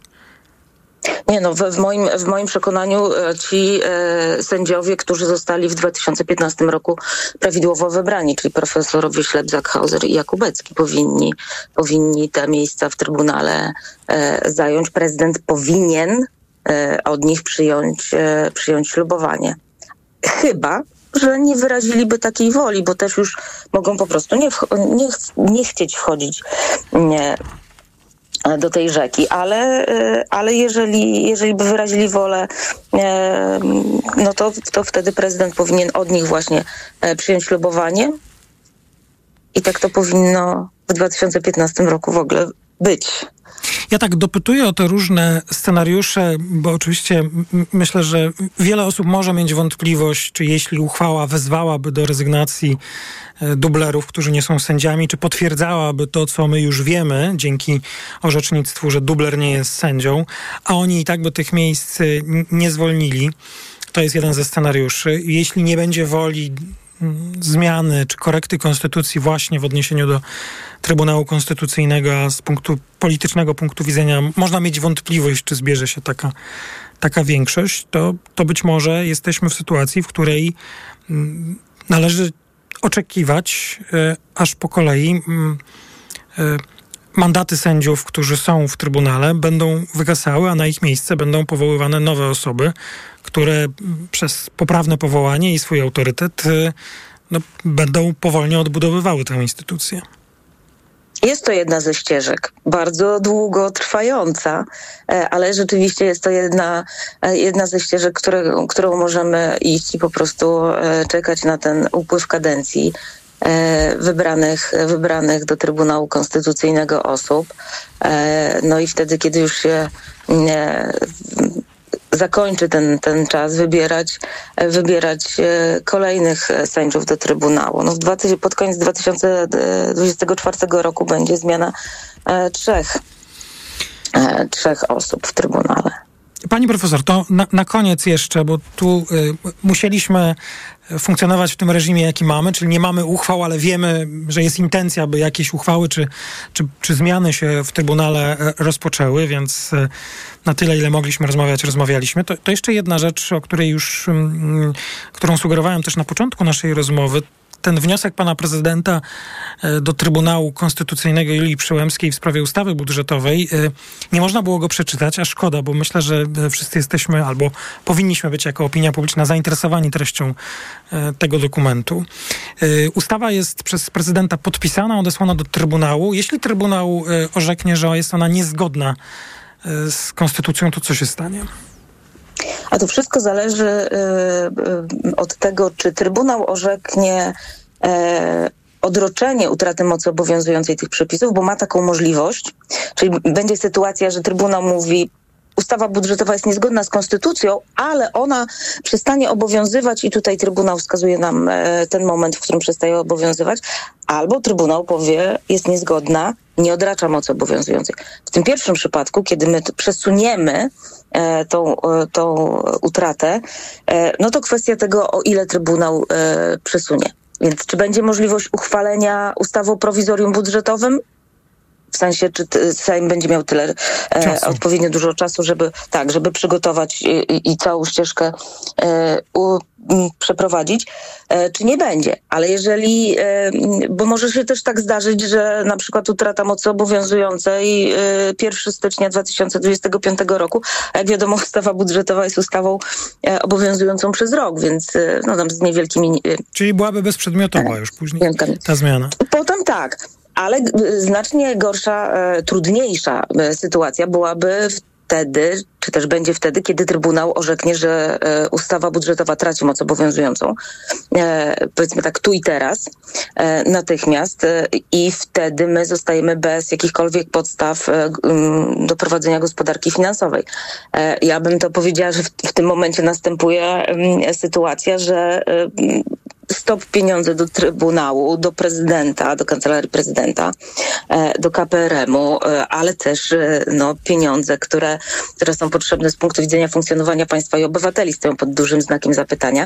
Nie no, w, w, moim, w moim przekonaniu ci e, sędziowie, którzy zostali w dwa tysiące piętnastym roku prawidłowo wybrani, czyli profesorowie Ślep, Zakhauser i Jakubecki, powinni, powinni te miejsca w Trybunale e, zająć. Prezydent powinien e, od nich przyjąć, e, przyjąć ślubowanie. Chyba że nie wyraziliby takiej woli, bo też już mogą po prostu nie, wch- nie, ch- nie chcieć wchodzić nie, do tej rzeki, ale, ale jeżeli, jeżeli by wyrazili wolę, no to, to wtedy prezydent powinien od nich właśnie przyjąć ślubowanie i tak to powinno w dwa tysiące piętnastym roku w ogóle być. Ja tak dopytuję o te różne scenariusze, bo oczywiście m- myślę, że wiele osób może mieć wątpliwość, czy jeśli uchwała wezwałaby do rezygnacji e, dublerów, którzy nie są sędziami, czy potwierdzałaby to, co my już wiemy dzięki orzecznictwu, że dubler nie jest sędzią, a oni i tak by tych miejsc n- nie zwolnili. To jest jeden ze scenariuszy. Jeśli nie będzie woli zmiany czy korekty konstytucji właśnie w odniesieniu do Trybunału Konstytucyjnego, a z punktu politycznego punktu widzenia można mieć wątpliwość, czy zbierze się taka, taka większość, to, to być może jesteśmy w sytuacji, w której mm, należy oczekiwać, y, aż po kolei y, y, mandaty sędziów, którzy są w Trybunale, będą wygasały, a na ich miejsce będą powoływane nowe osoby, które przez poprawne powołanie i swój autorytet no, będą powolnie odbudowywały tę instytucję. Jest to jedna ze ścieżek, bardzo długo trwająca, ale rzeczywiście jest to jedna, jedna ze ścieżek, które, którą możemy iść i po prostu czekać na ten upływ kadencji wybranych, wybranych do Trybunału Konstytucyjnego osób. No i wtedy, kiedy już się zakończy ten, ten czas, wybierać, wybierać kolejnych sędziów do Trybunału. No w dwa, pod koniec dwa tysiące dwudziestego czwartego roku będzie zmiana trzech, trzech osób w Trybunale. Pani profesor, to na, na koniec jeszcze, bo tu y, musieliśmy funkcjonować w tym reżimie, jaki mamy, czyli nie mamy uchwał, ale wiemy, że jest intencja, by jakieś uchwały czy, czy, czy zmiany się w Trybunale rozpoczęły, więc y, na tyle, ile mogliśmy rozmawiać, rozmawialiśmy. To, to jeszcze jedna rzecz, o której już, y, którą sugerowałem też na początku naszej rozmowy. Ten wniosek pana prezydenta do Trybunału Konstytucyjnego Julii Przyłębskiej w sprawie ustawy budżetowej, nie można było go przeczytać, a szkoda, bo myślę, że wszyscy jesteśmy albo powinniśmy być jako opinia publiczna zainteresowani treścią tego dokumentu. Ustawa jest przez prezydenta podpisana, odesłana do Trybunału. Jeśli Trybunał orzeknie, że jest ona niezgodna z konstytucją, to co się stanie? A to wszystko zależy y, od tego, czy Trybunał orzeknie y, odroczenie utraty mocy obowiązującej tych przepisów, bo ma taką możliwość. Czyli będzie sytuacja, że Trybunał mówi, ustawa budżetowa jest niezgodna z konstytucją, ale ona przestanie obowiązywać i tutaj Trybunał wskazuje nam e, ten moment, w którym przestaje obowiązywać, albo Trybunał powie, jest niezgodna, nie odracza mocy obowiązującej. W tym pierwszym przypadku, kiedy my przesuniemy e, tą, e, tą utratę, e, no to kwestia tego, o ile Trybunał e, przesunie. Więc czy będzie możliwość uchwalenia ustawy o prowizorium budżetowym? W sensie, czy Sejm będzie miał tyle e, odpowiednio dużo czasu, żeby tak, żeby przygotować i, i całą ścieżkę e, u, m, przeprowadzić, e, czy nie będzie. Ale jeżeli, e, bo może się też tak zdarzyć, że na przykład utrata mocy obowiązującej e, pierwszego stycznia dwa tysiące dwudziestego piątego roku, a jak wiadomo, ustawa budżetowa jest ustawą e, obowiązującą przez rok, więc e, no tam z niewielkimi... E, Czyli byłaby bezprzedmiotowa już później ta zmiana. Potem tak. Ale znacznie gorsza, e, trudniejsza e, sytuacja byłaby wtedy, czy też będzie wtedy, kiedy Trybunał orzeknie, że e, ustawa budżetowa traci moc obowiązującą. E, powiedzmy tak tu i teraz, e, natychmiast e, i wtedy my zostajemy bez jakichkolwiek podstaw e, m, do prowadzenia gospodarki finansowej. E, ja bym to powiedziała, że w, w tym momencie następuje m, sytuacja, że e, stop pieniądze do Trybunału, do prezydenta, do Kancelarii Prezydenta, do K P R M-u, ale też no, pieniądze, które, które są potrzebne z punktu widzenia funkcjonowania państwa i obywateli, stoją pod dużym znakiem zapytania.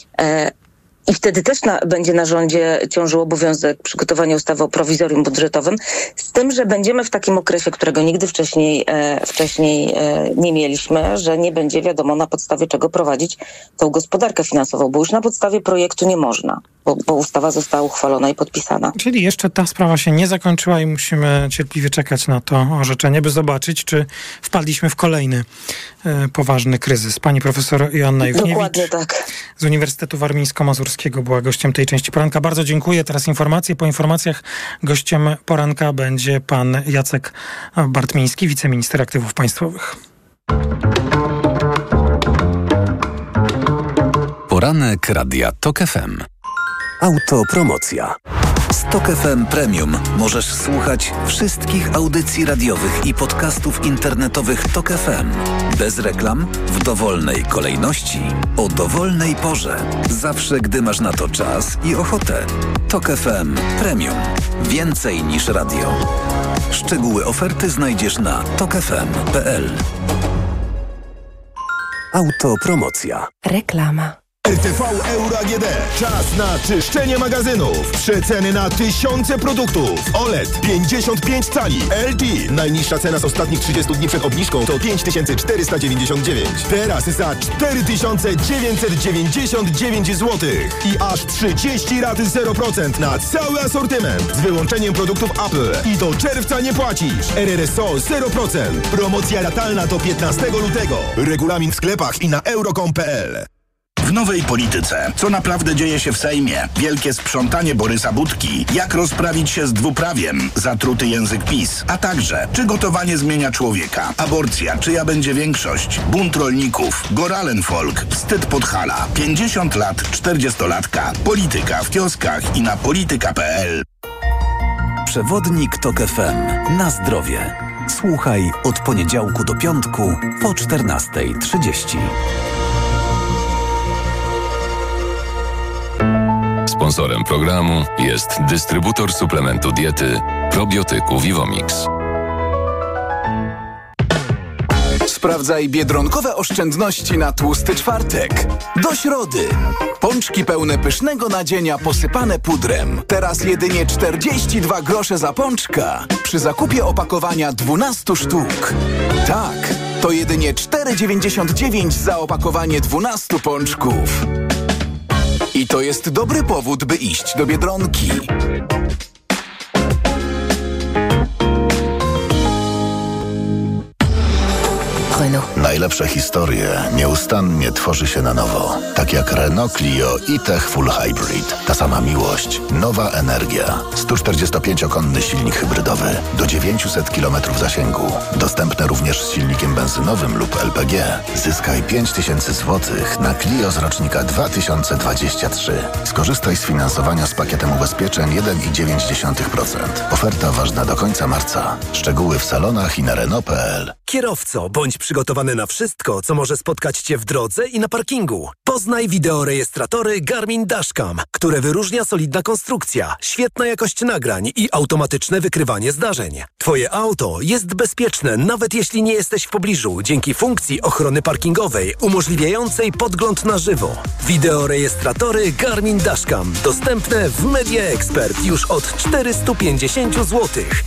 I wtedy też na, będzie na rządzie ciążył obowiązek przygotowania ustawy o prowizorium budżetowym, z tym, że będziemy w takim okresie, którego nigdy wcześniej, e, wcześniej e, nie mieliśmy, że nie będzie wiadomo na podstawie czego prowadzić tą gospodarkę finansową, bo już na podstawie projektu nie można, bo, bo ustawa została uchwalona i podpisana. Czyli jeszcze ta sprawa się nie zakończyła i musimy cierpliwie czekać na to orzeczenie, by zobaczyć, czy wpadliśmy w kolejny e, poważny kryzys. Pani profesor Joanna Juchniewicz Dokładnie tak. z Uniwersytetu Warmińsko-Mazurskiego była gościem tej części poranka. Bardzo dziękuję. Teraz informacje. Po informacjach gościem poranka będzie pan Jacek Bartmiński, wiceminister aktywów państwowych. Poranek Radia Tok F M. Autopromocja. Z Tok F M Premium możesz słuchać wszystkich audycji radiowych i podcastów internetowych Tok F M. Bez reklam, w dowolnej kolejności, o dowolnej porze. Zawsze, gdy masz na to czas i ochotę. Tok F M Premium. Więcej niż radio. Szczegóły oferty znajdziesz na tok f m kropka p l. Autopromocja. Reklama. R T V Euro A G D. Czas na czyszczenie magazynów. Przeceny na tysiące produktów. O L E D pięćdziesiąt pięć cali. L G. Najniższa cena z ostatnich trzydziestu dni przed obniżką to pięć tysięcy czterysta dziewięćdziesiąt dziewięć. Teraz za cztery tysiące dziewięćset dziewięćdziesiąt dziewięć złotych. I aż trzydzieści rat zero procent na cały asortyment. Z wyłączeniem produktów Apple. I do czerwca nie płacisz. R R S O zero procent. Promocja ratalna do piętnastego lutego. Regulamin w sklepach i na euro kropka com kropka p l. W nowej polityce. Co naprawdę dzieje się w Sejmie? Wielkie sprzątanie Borysa Budki. Jak rozprawić się z dwuprawiem? Zatruty język PiS. A także, czy gotowanie zmienia człowieka? Aborcja. Czyja będzie większość? Bunt rolników. Goralenfolk. Wstyd Podhala. pięćdziesiąt lat czterdziestolatka. Polityka w kioskach i na polityka kropka p l. Przewodnik Tok F M. Na zdrowie. Słuchaj od poniedziałku do piątku po czternasta trzydzieści. Sponsorem programu jest dystrybutor suplementu diety probiotyku Vivomix. Sprawdzaj biedronkowe oszczędności na tłusty czwartek. Do środy. Pączki pełne pysznego nadzienia posypane pudrem. Teraz jedynie czterdzieści dwa grosze za pączka przy zakupie opakowania dwunastu sztuk. Tak, to jedynie cztery dziewięćdziesiąt dziewięć za opakowanie dwunastu pączków. I to jest dobry powód, by iść do Biedronki. Renault. Najlepsze historie nieustannie tworzy się na nowo. Tak jak Renault Clio e-Tech Full Hybrid. Ta sama miłość, nowa energia. sto czterdziestopięciokonny silnik hybrydowy do dziewięćset kilometrów zasięgu. Dostępne również z silnikiem benzynowym lub L P G. Zyskaj pięć tysięcy złotych na Clio z rocznika dwa tysiące dwudziesty trzeci. Skorzystaj z finansowania z pakietem ubezpieczeń jeden przecinek dziewięć procent. Oferta ważna do końca marca. Szczegóły w salonach i na Renault kropka p l. Kierowco, bądź przygotowany na wszystko, co może spotkać Cię w drodze i na parkingu. Poznaj wideorejestratory Garmin Dashcam, które wyróżnia solidna konstrukcja, świetna jakość nagrań i automatyczne wykrywanie zdarzeń. Twoje auto jest bezpieczne, nawet jeśli nie jesteś w pobliżu, dzięki funkcji ochrony parkingowej umożliwiającej podgląd na żywo. Wideorejestratory Garmin Dashcam dostępne w Media Expert już od czterysta pięćdziesiąt złotych.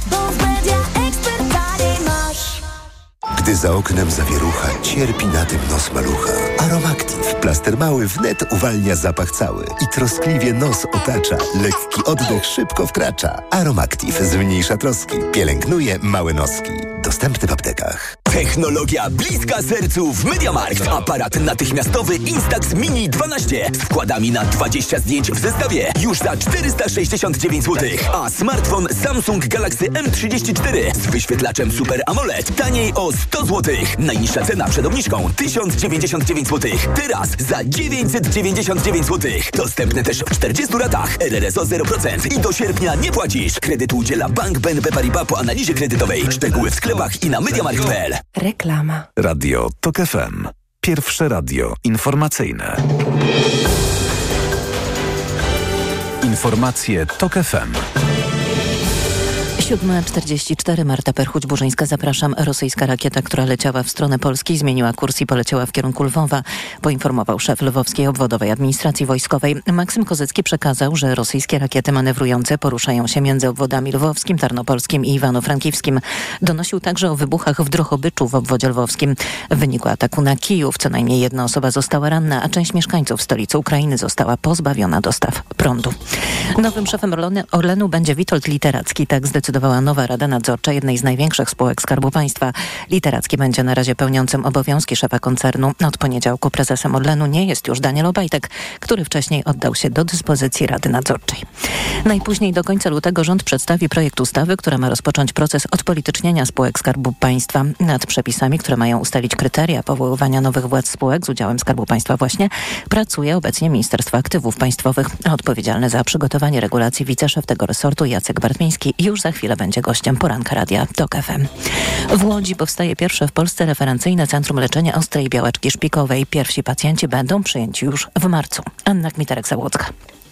Gdy za oknem zawierucha, cierpi na tym nos malucha. Aromactive, plaster mały wnet uwalnia zapach cały i troskliwie nos otacza. Lekki oddech szybko wkracza. Aromactive zmniejsza troski, pielęgnuje małe noski. Dostępny w aptekach. Technologia bliska sercu w MediaMarkt. Aparat natychmiastowy Instax Mini dwanaście z wkładami na dwadzieścia zdjęć w zestawie już za czterysta sześćdziesiąt dziewięć złotych. A smartfon Samsung Galaxy M trzydzieści cztery z wyświetlaczem Super AMOLED taniej o sto złotych. Najniższa cena przed obniżką tysiąc dziewięćdziesiąt dziewięć złotych. Teraz za dziewięćset dziewięćdziesiąt dziewięć złotych. Dostępne też w czterdziestu ratach. R R S O zero procent i do sierpnia nie płacisz. Kredyt udziela Bank B N P Paribas po analizie kredytowej. Szczegóły w sklepach i na mediamarkt kropka p l. Reklama. Radio TOK F M. Pierwsze radio informacyjne. Informacje TOK F M. siódma czterdzieści cztery, Marta Perchuć-Burzyńska, zapraszam. Rosyjska rakieta, która leciała w stronę Polski, zmieniła kurs i poleciała w kierunku Lwowa, poinformował szef Lwowskiej Obwodowej Administracji Wojskowej. Maksym Kozycki przekazał, że rosyjskie rakiety manewrujące poruszają się między obwodami lwowskim, tarnopolskim i iwano-frankiwskim. Donosił także o wybuchach w Drohobyczu w obwodzie lwowskim. W wyniku ataku na Kijów co najmniej jedna osoba została ranna, a część mieszkańców stolicy Ukrainy została pozbawiona dostaw prądu. Nowym szefem Orlenu będzie Witold Literacki, tak zdecydował nowa Rada Nadzorcza jednej z największych spółek Skarbu Państwa. Literacki będzie na razie pełniącym obowiązki szefa koncernu. Od poniedziałku prezesem Orlenu nie jest już Daniel Obajtek, który wcześniej oddał się do dyspozycji Rady Nadzorczej. Najpóźniej do końca lutego rząd przedstawi projekt ustawy, która ma rozpocząć proces odpolitycznienia spółek Skarbu Państwa. Nad przepisami, które mają ustalić kryteria powoływania nowych władz spółek z udziałem Skarbu Państwa właśnie, pracuje obecnie Ministerstwo Aktywów Państwowych. Odpowiedzialny za przygotowanie regulacji wiceszef tego resortu Jacek Bartmiński już za chwilę będzie gościem poranka radia TOK F M. W Łodzi powstaje pierwsze w Polsce referencyjne Centrum Leczenia Ostrej Białaczki Szpikowej. Pierwsi pacjenci będą przyjęci już w marcu. Anna Kmiterek-Zabłocka.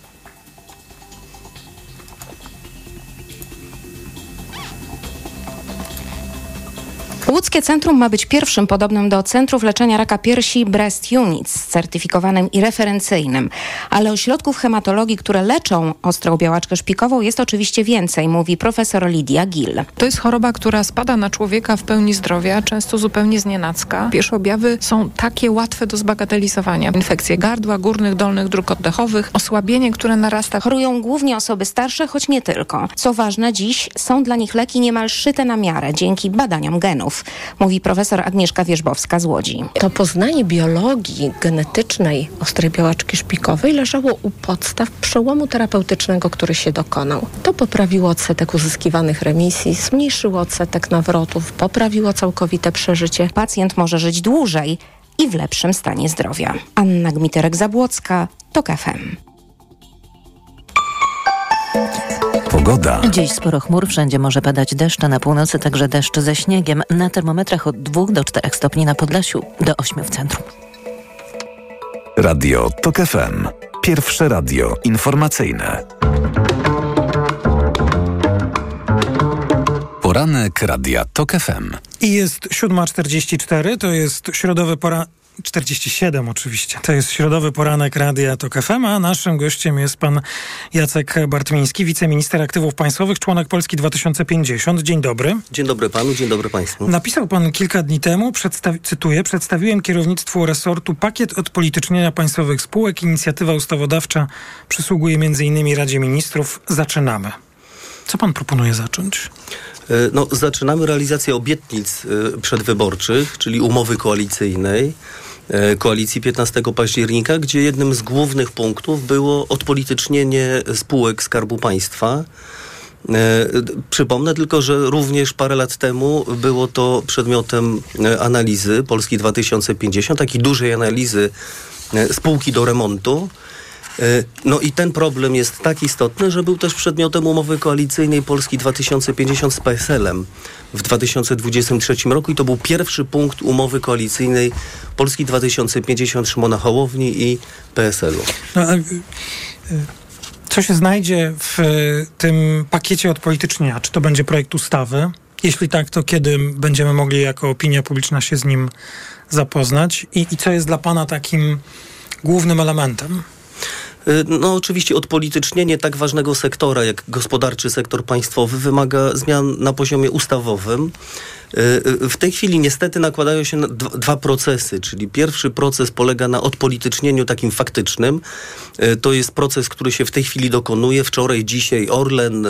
Łódzkie centrum ma być pierwszym podobnym do centrów leczenia raka piersi Breast Units, certyfikowanym i referencyjnym. Ale ośrodków hematologii, które leczą ostrą białaczkę szpikową, jest oczywiście więcej, mówi profesor Lidia Gill. To jest choroba, która spada na człowieka w pełni zdrowia, często zupełnie znienacka. Pierwsze objawy są takie łatwe do zbagatelizowania. Infekcje gardła, górnych, dolnych dróg oddechowych, osłabienie, które narasta. Chorują głównie osoby starsze, choć nie tylko. Co ważne, dziś są dla nich leki niemal szyte na miarę dzięki badaniom genów, mówi profesor Agnieszka Wierzbowska z Łodzi. To poznanie biologii genetycznej ostrej białaczki szpikowej leżało u podstaw przełomu terapeutycznego, który się dokonał. To poprawiło odsetek uzyskiwanych remisji, zmniejszyło odsetek nawrotów, poprawiło całkowite przeżycie. Pacjent może żyć dłużej i w lepszym stanie zdrowia. Anna Gmiterek-Zabłocka, TOK F M. Pogoda. Dziś sporo chmur, wszędzie może padać deszcz, a na północy także deszcz ze śniegiem. Na termometrach od dwóch do czterech stopni na Podlasiu, do ośmiu w centrum. Radio TOK F M. Pierwsze radio informacyjne. Poranek Radia TOK F M. I jest siódma czterdzieści cztery, to jest środowy pora... czterdzieści siedem oczywiście. To jest środowy poranek Radia TOK F M, a naszym gościem jest pan Jacek Bartmiński, wiceminister aktywów państwowych, członek Polski dwa tysiące pięćdziesiąt. Dzień dobry. Dzień dobry panu, dzień dobry państwu. Napisał pan kilka dni temu, przedstawi- cytuję, przedstawiłem kierownictwu resortu pakiet odpolitycznienia państwowych spółek. Inicjatywa ustawodawcza przysługuje między innymi Radzie Ministrów. Zaczynamy. Co pan proponuje zacząć? No, zaczynamy realizację obietnic przedwyborczych, czyli umowy koalicyjnej koalicji piętnastego października, gdzie jednym z głównych punktów było odpolitycznienie spółek Skarbu Państwa. Przypomnę tylko, że również parę lat temu było to przedmiotem analizy Polski dwa tysiące pięćdziesiąt, takiej dużej analizy spółki do remontu. No i ten problem jest tak istotny, że był też przedmiotem umowy koalicyjnej Polski dwa tysiące pięćdziesiąt z P S L-em w dwa tysiące dwudziestym trzecim roku i to był pierwszy punkt umowy koalicyjnej Polski dwa tysiące pięćdziesiąt Szymona Hołowni i P S L-u. No, a, co się znajdzie w tym pakiecie odpolitycznienia? Czy to będzie projekt ustawy? Jeśli tak, to kiedy będziemy mogli jako opinia publiczna się z nim zapoznać? I, i co jest dla pana takim głównym elementem? No oczywiście odpolitycznienie tak ważnego sektora jak gospodarczy sektor państwowy wymaga zmian na poziomie ustawowym. W tej chwili niestety nakładają się dwa procesy, czyli pierwszy proces polega na odpolitycznieniu takim faktycznym. To jest proces, który się w tej chwili dokonuje. Wczoraj, dzisiaj Orlen,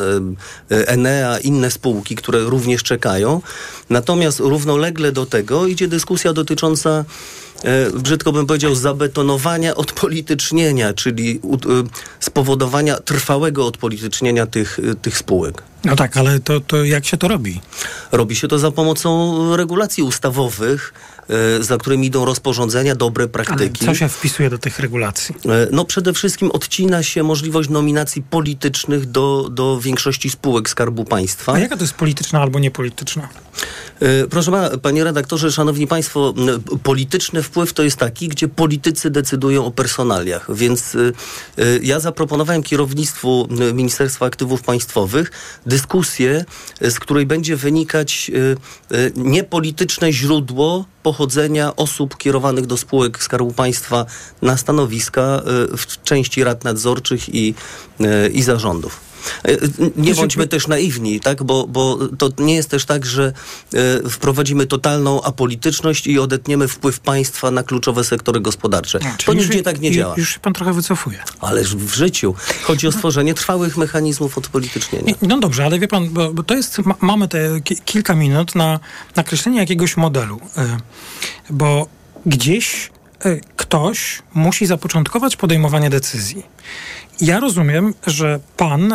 Enea, inne spółki, które również czekają. Natomiast równolegle do tego idzie dyskusja dotycząca, brzydko bym powiedział, zabetonowania odpolitycznienia, czyli spowodowania trwałego odpolitycznienia tych, tych spółek. No tak, ale to, to jak się to robi? Robi się to za pomocą regulacji ustawowych, za którymi idą rozporządzenia, dobre praktyki. Ale co się wpisuje do tych regulacji? No przede wszystkim odcina się możliwość nominacji politycznych do, do większości spółek Skarbu Państwa. A jaka to jest polityczna albo niepolityczna? Proszę pana, panie redaktorze, szanowni państwo, polityczny wpływ to jest taki, gdzie politycy decydują o personaliach, więc ja zaproponowałem kierownictwu Ministerstwa Aktywów Państwowych dyskusję, z której będzie wynikać niepolityczne źródło pochodzenia osób kierowanych do spółek Skarbu Państwa na stanowiska w części rad nadzorczych i, i zarządów. Nie bądźmy też naiwni, tak? bo, bo to nie jest też tak, że e, wprowadzimy totalną apolityczność i odetniemy wpływ państwa na kluczowe sektory gospodarcze. No, to nigdzie już, tak nie działa. Już się pan trochę wycofuje. Ależ w życiu chodzi o stworzenie trwałych mechanizmów odpolitycznienia. No dobrze, ale wie pan, bo, bo to jest, ma, mamy te ki- kilka minut na nakreślenie jakiegoś modelu, y, bo gdzieś y, ktoś musi zapoczątkować podejmowanie decyzji. Ja rozumiem, że pan y,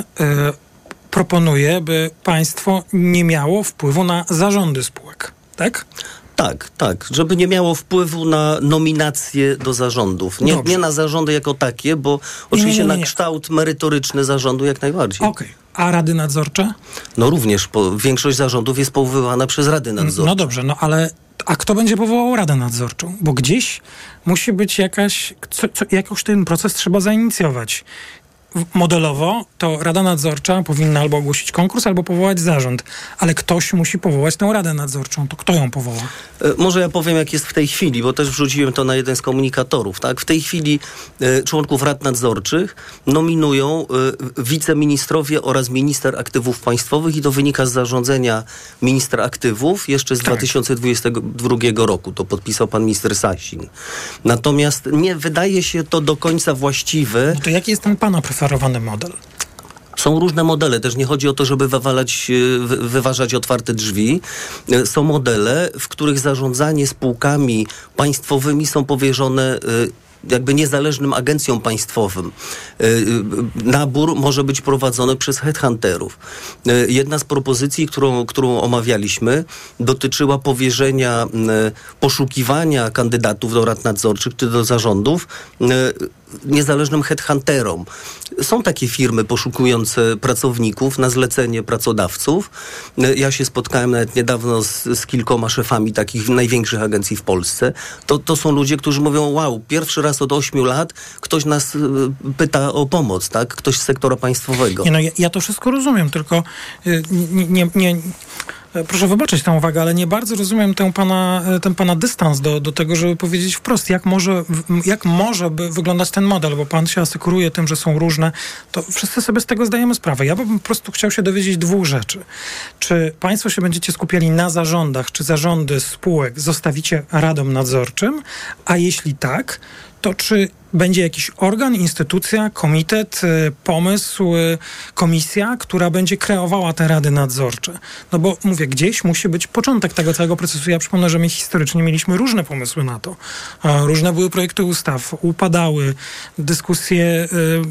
proponuje, by państwo nie miało wpływu na zarządy spółek, tak? Tak, tak. Żeby nie miało wpływu na nominacje do zarządów. Nie, nie na zarządy jako takie, bo oczywiście nie, nie, nie, nie. na kształt merytoryczny zarządu jak najbardziej. Okej. Okay. A rady nadzorcze? No również. Po, większość zarządów jest powoływana przez rady nadzorcze. No dobrze, no ale a kto będzie powołał radę nadzorczą? Bo gdzieś musi być jakaś, co, co, jakoś ten proces trzeba zainicjować. Modelowo to Rada Nadzorcza powinna albo ogłosić konkurs, albo powołać zarząd. Ale ktoś musi powołać tę Radę Nadzorczą. To kto ją powoła? E, może ja powiem, jak jest w tej chwili, bo też wrzuciłem to na jeden z komunikatorów. Tak? W tej chwili e, członków Rad Nadzorczych nominują e, wiceministrowie oraz minister aktywów państwowych i to wynika z zarządzenia ministra aktywów jeszcze z tak. dwa tysiące dwudziestego drugiego roku. To podpisał pan minister Sasin. Natomiast nie wydaje się to do końca właściwe. No to jaki jest ten pana preferowany model? Są różne modele. Też nie chodzi o to, żeby wywalać, wy, wyważać otwarte drzwi. Są modele, w których zarządzanie spółkami państwowymi są powierzone jakby niezależnym agencjom państwowym. Nabór może być prowadzony przez headhunterów. Jedna z propozycji, którą, którą omawialiśmy, dotyczyła powierzenia poszukiwania kandydatów do rad nadzorczych czy do zarządów niezależnym headhunterom. Są takie firmy poszukujące pracowników na zlecenie pracodawców. Ja się spotkałem nawet niedawno z, z kilkoma szefami takich największych agencji w Polsce. To, to są ludzie, którzy mówią, wow, pierwszy raz od ośmiu lat ktoś nas y, pyta o pomoc, tak? Ktoś z sektora państwowego. Nie, no ja, ja to wszystko rozumiem, tylko y, nie... nie, nie proszę wybaczyć tę uwagę, ale nie bardzo rozumiem ten pana, ten pana dystans do, do tego, żeby powiedzieć wprost, jak może, jak może by wyglądać ten model, bo pan się asekuruje tym, że są różne, to wszyscy sobie z tego zdajemy sprawę. Ja bym po prostu chciał się dowiedzieć dwóch rzeczy. Czy państwo się będziecie skupiali na zarządach, czy zarządy spółek zostawicie radom nadzorczym, a jeśli tak, to czy będzie jakiś organ, instytucja, komitet, pomysł, komisja, która będzie kreowała te rady nadzorcze. No bo mówię, gdzieś musi być początek tego całego procesu. Ja przypomnę, że my historycznie mieliśmy różne pomysły na to. Różne były projekty ustaw, upadały, dyskusje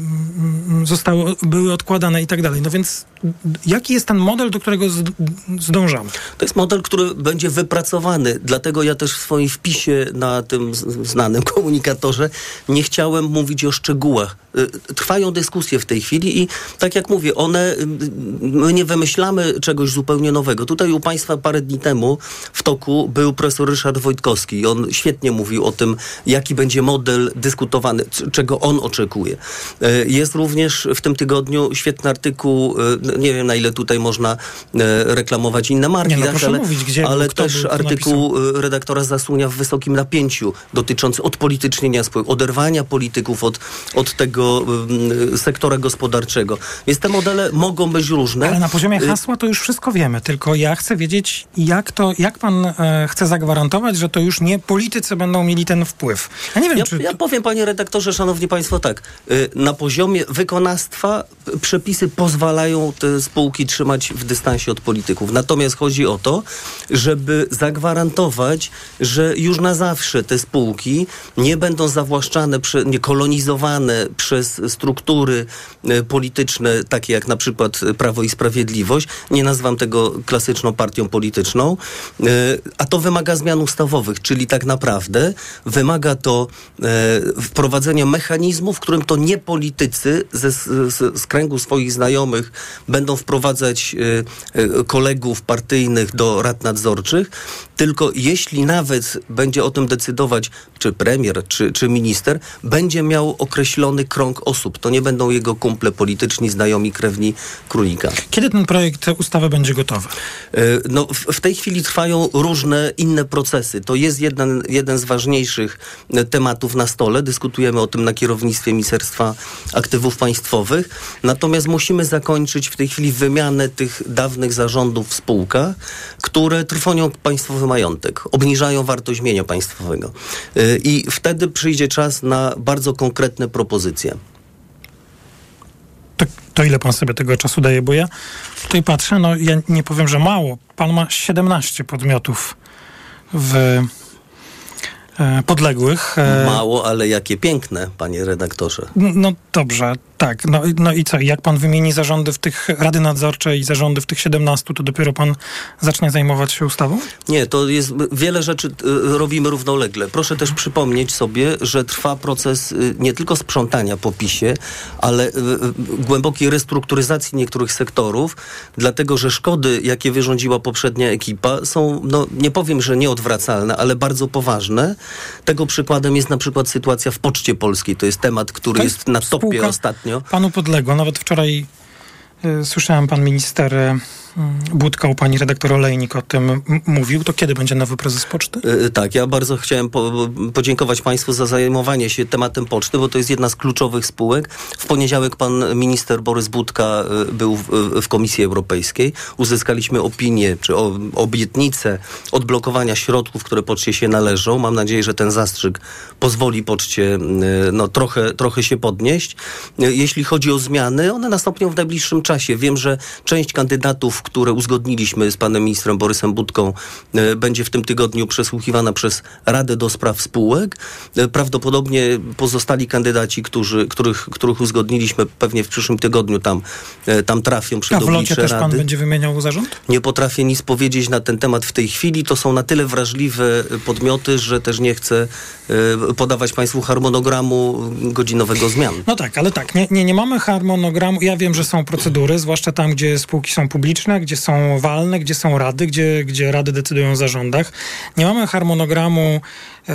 zostały, były odkładane i tak dalej. No więc jaki jest ten model, do którego zdążamy? To jest model, który będzie wypracowany. Dlatego ja też w swoim wpisie na tym znanym komunikatorze nie chciałem mówić o szczegółach. Trwają dyskusje w tej chwili i tak jak mówię, one, my nie wymyślamy czegoś zupełnie nowego. Tutaj u Państwa parę dni temu w toku był profesor Ryszard Wojtkowski i on świetnie mówił o tym, jaki będzie model dyskutowany, czego on oczekuje. Jest również w tym tygodniu świetny artykuł, nie wiem na ile tutaj można reklamować inne marki, nie, no, tak, proszę ale, mówić, gdzie, ale kto też był, artykuł napisał? redaktora Zasunia w wysokim napięciu dotyczący odpolitycznienia spółek, oderwania polityków od, od tego sektora gospodarczego. Więc te modele mogą być różne. Ale na poziomie hasła to już wszystko wiemy, tylko ja chcę wiedzieć, jak to, jak pan e, chce zagwarantować, że to już nie politycy będą mieli ten wpływ. Ja nie wiem, ja, czy... Ja powiem, panie redaktorze, szanowni państwo, tak. Y, na poziomie wykonawstwa przepisy pozwalają te spółki trzymać w dystansie od polityków. Natomiast chodzi o to, żeby zagwarantować, że już na zawsze te spółki nie będą zawłaszczane, prze, nie kolonizowane przez struktury polityczne, takie jak na przykład Prawo i Sprawiedliwość. Nie nazywam tego klasyczną partią polityczną. A to wymaga zmian ustawowych, czyli tak naprawdę wymaga to wprowadzenia mechanizmu, w którym to nie politycy ze, z, z kręgu swoich znajomych będą wprowadzać kolegów partyjnych do rad nadzorczych, tylko jeśli nawet będzie o tym decydować czy premier, czy, czy minister, będzie miał określony krąg osób. To nie będą jego kumple polityczni, znajomi, krewni królika. Kiedy ten projekt ustawy będzie gotowy? No, w, w tej chwili trwają różne inne procesy. To jest jeden, jeden z ważniejszych tematów na stole. Dyskutujemy o tym na kierownictwie Ministerstwa Aktywów Państwowych. Natomiast musimy zakończyć w tej chwili wymianę tych dawnych zarządów w spółkach, które trwonią państwowy majątek, obniżają wartość mienia państwowego. I wtedy przyjdzie czas na bardzo konkretne propozycje. To, to ile pan sobie tego czasu daje? Bo ja tutaj patrzę, no ja nie powiem, że mało. Pan ma siedemnaście podmiotów w e, podległych. E, Mało, ale jakie piękne, panie redaktorze. No, no dobrze, tak. No, no i co? Jak pan wymieni zarządy w tych, rady nadzorcze i zarządy w tych siedemnastu, to dopiero pan zacznie zajmować się ustawą? Nie, to jest, wiele rzeczy y, robimy równolegle. Proszę też przypomnieć sobie, że trwa proces y, nie tylko sprzątania po PiSie, ale y, y, głębokiej restrukturyzacji niektórych sektorów, dlatego, że szkody, jakie wyrządziła poprzednia ekipa, są, no nie powiem, że nieodwracalne, ale bardzo poważne. Tego przykładem jest na przykład sytuacja w Poczcie Polskiej. To jest temat, który jest, jest na topie ostatnio. Panu podległa. Nawet wczoraj y, słyszałem, pan minister y, Budka, u pani redaktor Olejnik o tym m- mówił. To kiedy będzie nowy prezes Poczty? Yy, tak, ja bardzo chciałem po, podziękować państwu za zajmowanie się tematem Poczty, bo to jest jedna z kluczowych spółek. W poniedziałek pan minister Borys Budka y, był w, w Komisji Europejskiej. Uzyskaliśmy opinię, czy o, obietnicę odblokowania środków, które Poczcie się należą. Mam nadzieję, że ten zastrzyk pozwoli Poczcie y, no, trochę, trochę się podnieść. Y, jeśli chodzi o zmiany, one nastąpią w najbliższym czasie. Wiem, że część kandydatów, które uzgodniliśmy z panem ministrem Borysem Budką, e, będzie w tym tygodniu przesłuchiwana przez Radę do Spraw Spółek. E, prawdopodobnie pozostali kandydaci, którzy, których, których uzgodniliśmy, pewnie w przyszłym tygodniu tam, e, tam trafią przy A w locie też rady. pan będzie wymieniał zarząd? Nie potrafię nic powiedzieć na ten temat w tej chwili. To są na tyle wrażliwe podmioty, że też nie chcę e, podawać państwu harmonogramu godzinowego zmian. No tak, ale tak, nie, nie, nie mamy harmonogramu. Ja wiem, że są procedury, zwłaszcza tam, gdzie spółki są publiczne, gdzie są walne, gdzie są rady, gdzie, gdzie rady decydują o zarządach. Nie mamy harmonogramu e,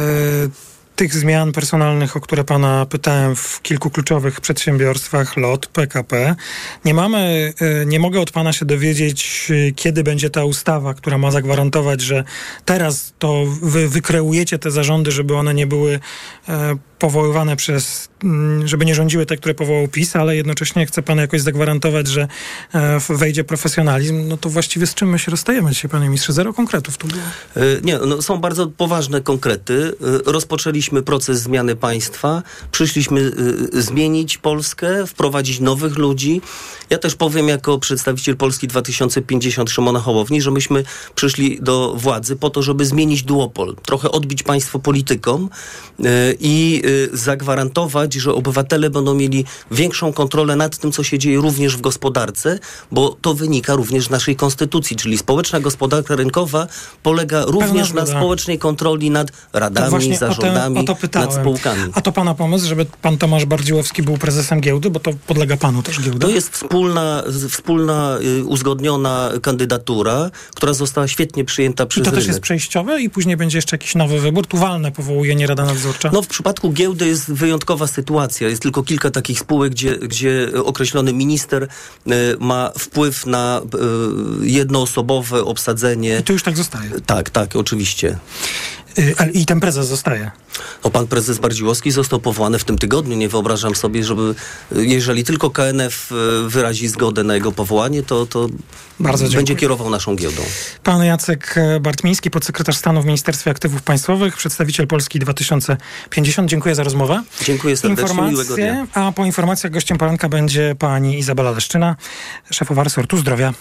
tych zmian personalnych, o które pana pytałem w kilku kluczowych przedsiębiorstwach, L O T, P K P. Nie mamy, e, nie mogę od pana się dowiedzieć, kiedy będzie ta ustawa, która ma zagwarantować, że teraz to wy wykreujecie te zarządy, żeby one nie były e, powoływane przez, żeby nie rządziły te, które powołał PiS, ale jednocześnie chce pan jakoś zagwarantować, że wejdzie profesjonalizm, no to właściwie z czym my się rozstajemy dzisiaj, panie ministrze? Zero konkretów tu było. Nie, no, są bardzo poważne konkrety. Rozpoczęliśmy proces zmiany państwa, przyszliśmy zmienić Polskę, wprowadzić nowych ludzi. Ja też powiem jako przedstawiciel Polski dwa tysiące pięćdziesiąt Szymona Hołowni, że myśmy przyszli do władzy po to, żeby zmienić duopol, trochę odbić państwo politykom i zagwarantować, że obywatele będą mieli większą kontrolę nad tym, co się dzieje również w gospodarce, bo to wynika również z naszej konstytucji, czyli społeczna gospodarka rynkowa polega również na społecznej kontroli nad radami, zarządami, o te, o to nad spółkami. A to pana pomysł, żeby pan Tomasz Bardziłowski był prezesem giełdy, bo to podlega panu też giełda? To jest wspólna, wspólna uzgodniona kandydatura, która została świetnie przyjęta przez I to rynek. też jest przejściowe i później będzie jeszcze jakiś nowy wybór? Tu walne powołuje, nie Rada Nadzorcza? No w przypadku giełdy jest wyjątkowa sytuacja. Jest tylko kilka takich spółek, gdzie, gdzie określony minister y, ma wpływ na y, jednoosobowe obsadzenie. I to już tak zostaje? Tak, tak, oczywiście. Y, I ten prezes zostaje? O, pan prezes Bardziłowski został powołany w tym tygodniu. Nie wyobrażam sobie, żeby jeżeli tylko K N F wyrazi zgodę na jego powołanie, to, to będzie kierował naszą giełdą. Pan Jacek Bartmiński, podsekretarz stanu w Ministerstwie Aktywów Państwowych, przedstawiciel Polski dwa tysiące pięćdziesiąt. Dziękuję za rozmowę. Dziękuję serdecznie, miłego dnia. A po informacjach gościem poranka będzie pani Izabela Leszczyna, szefowa resortu zdrowia.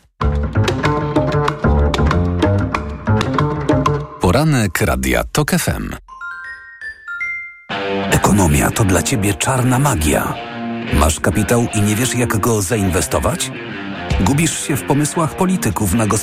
Poranek Radia TOK F M. Ekonomia to dla ciebie czarna magia. Masz kapitał i nie wiesz, jak go zainwestować? Gubisz się w pomysłach polityków na gospodarkę?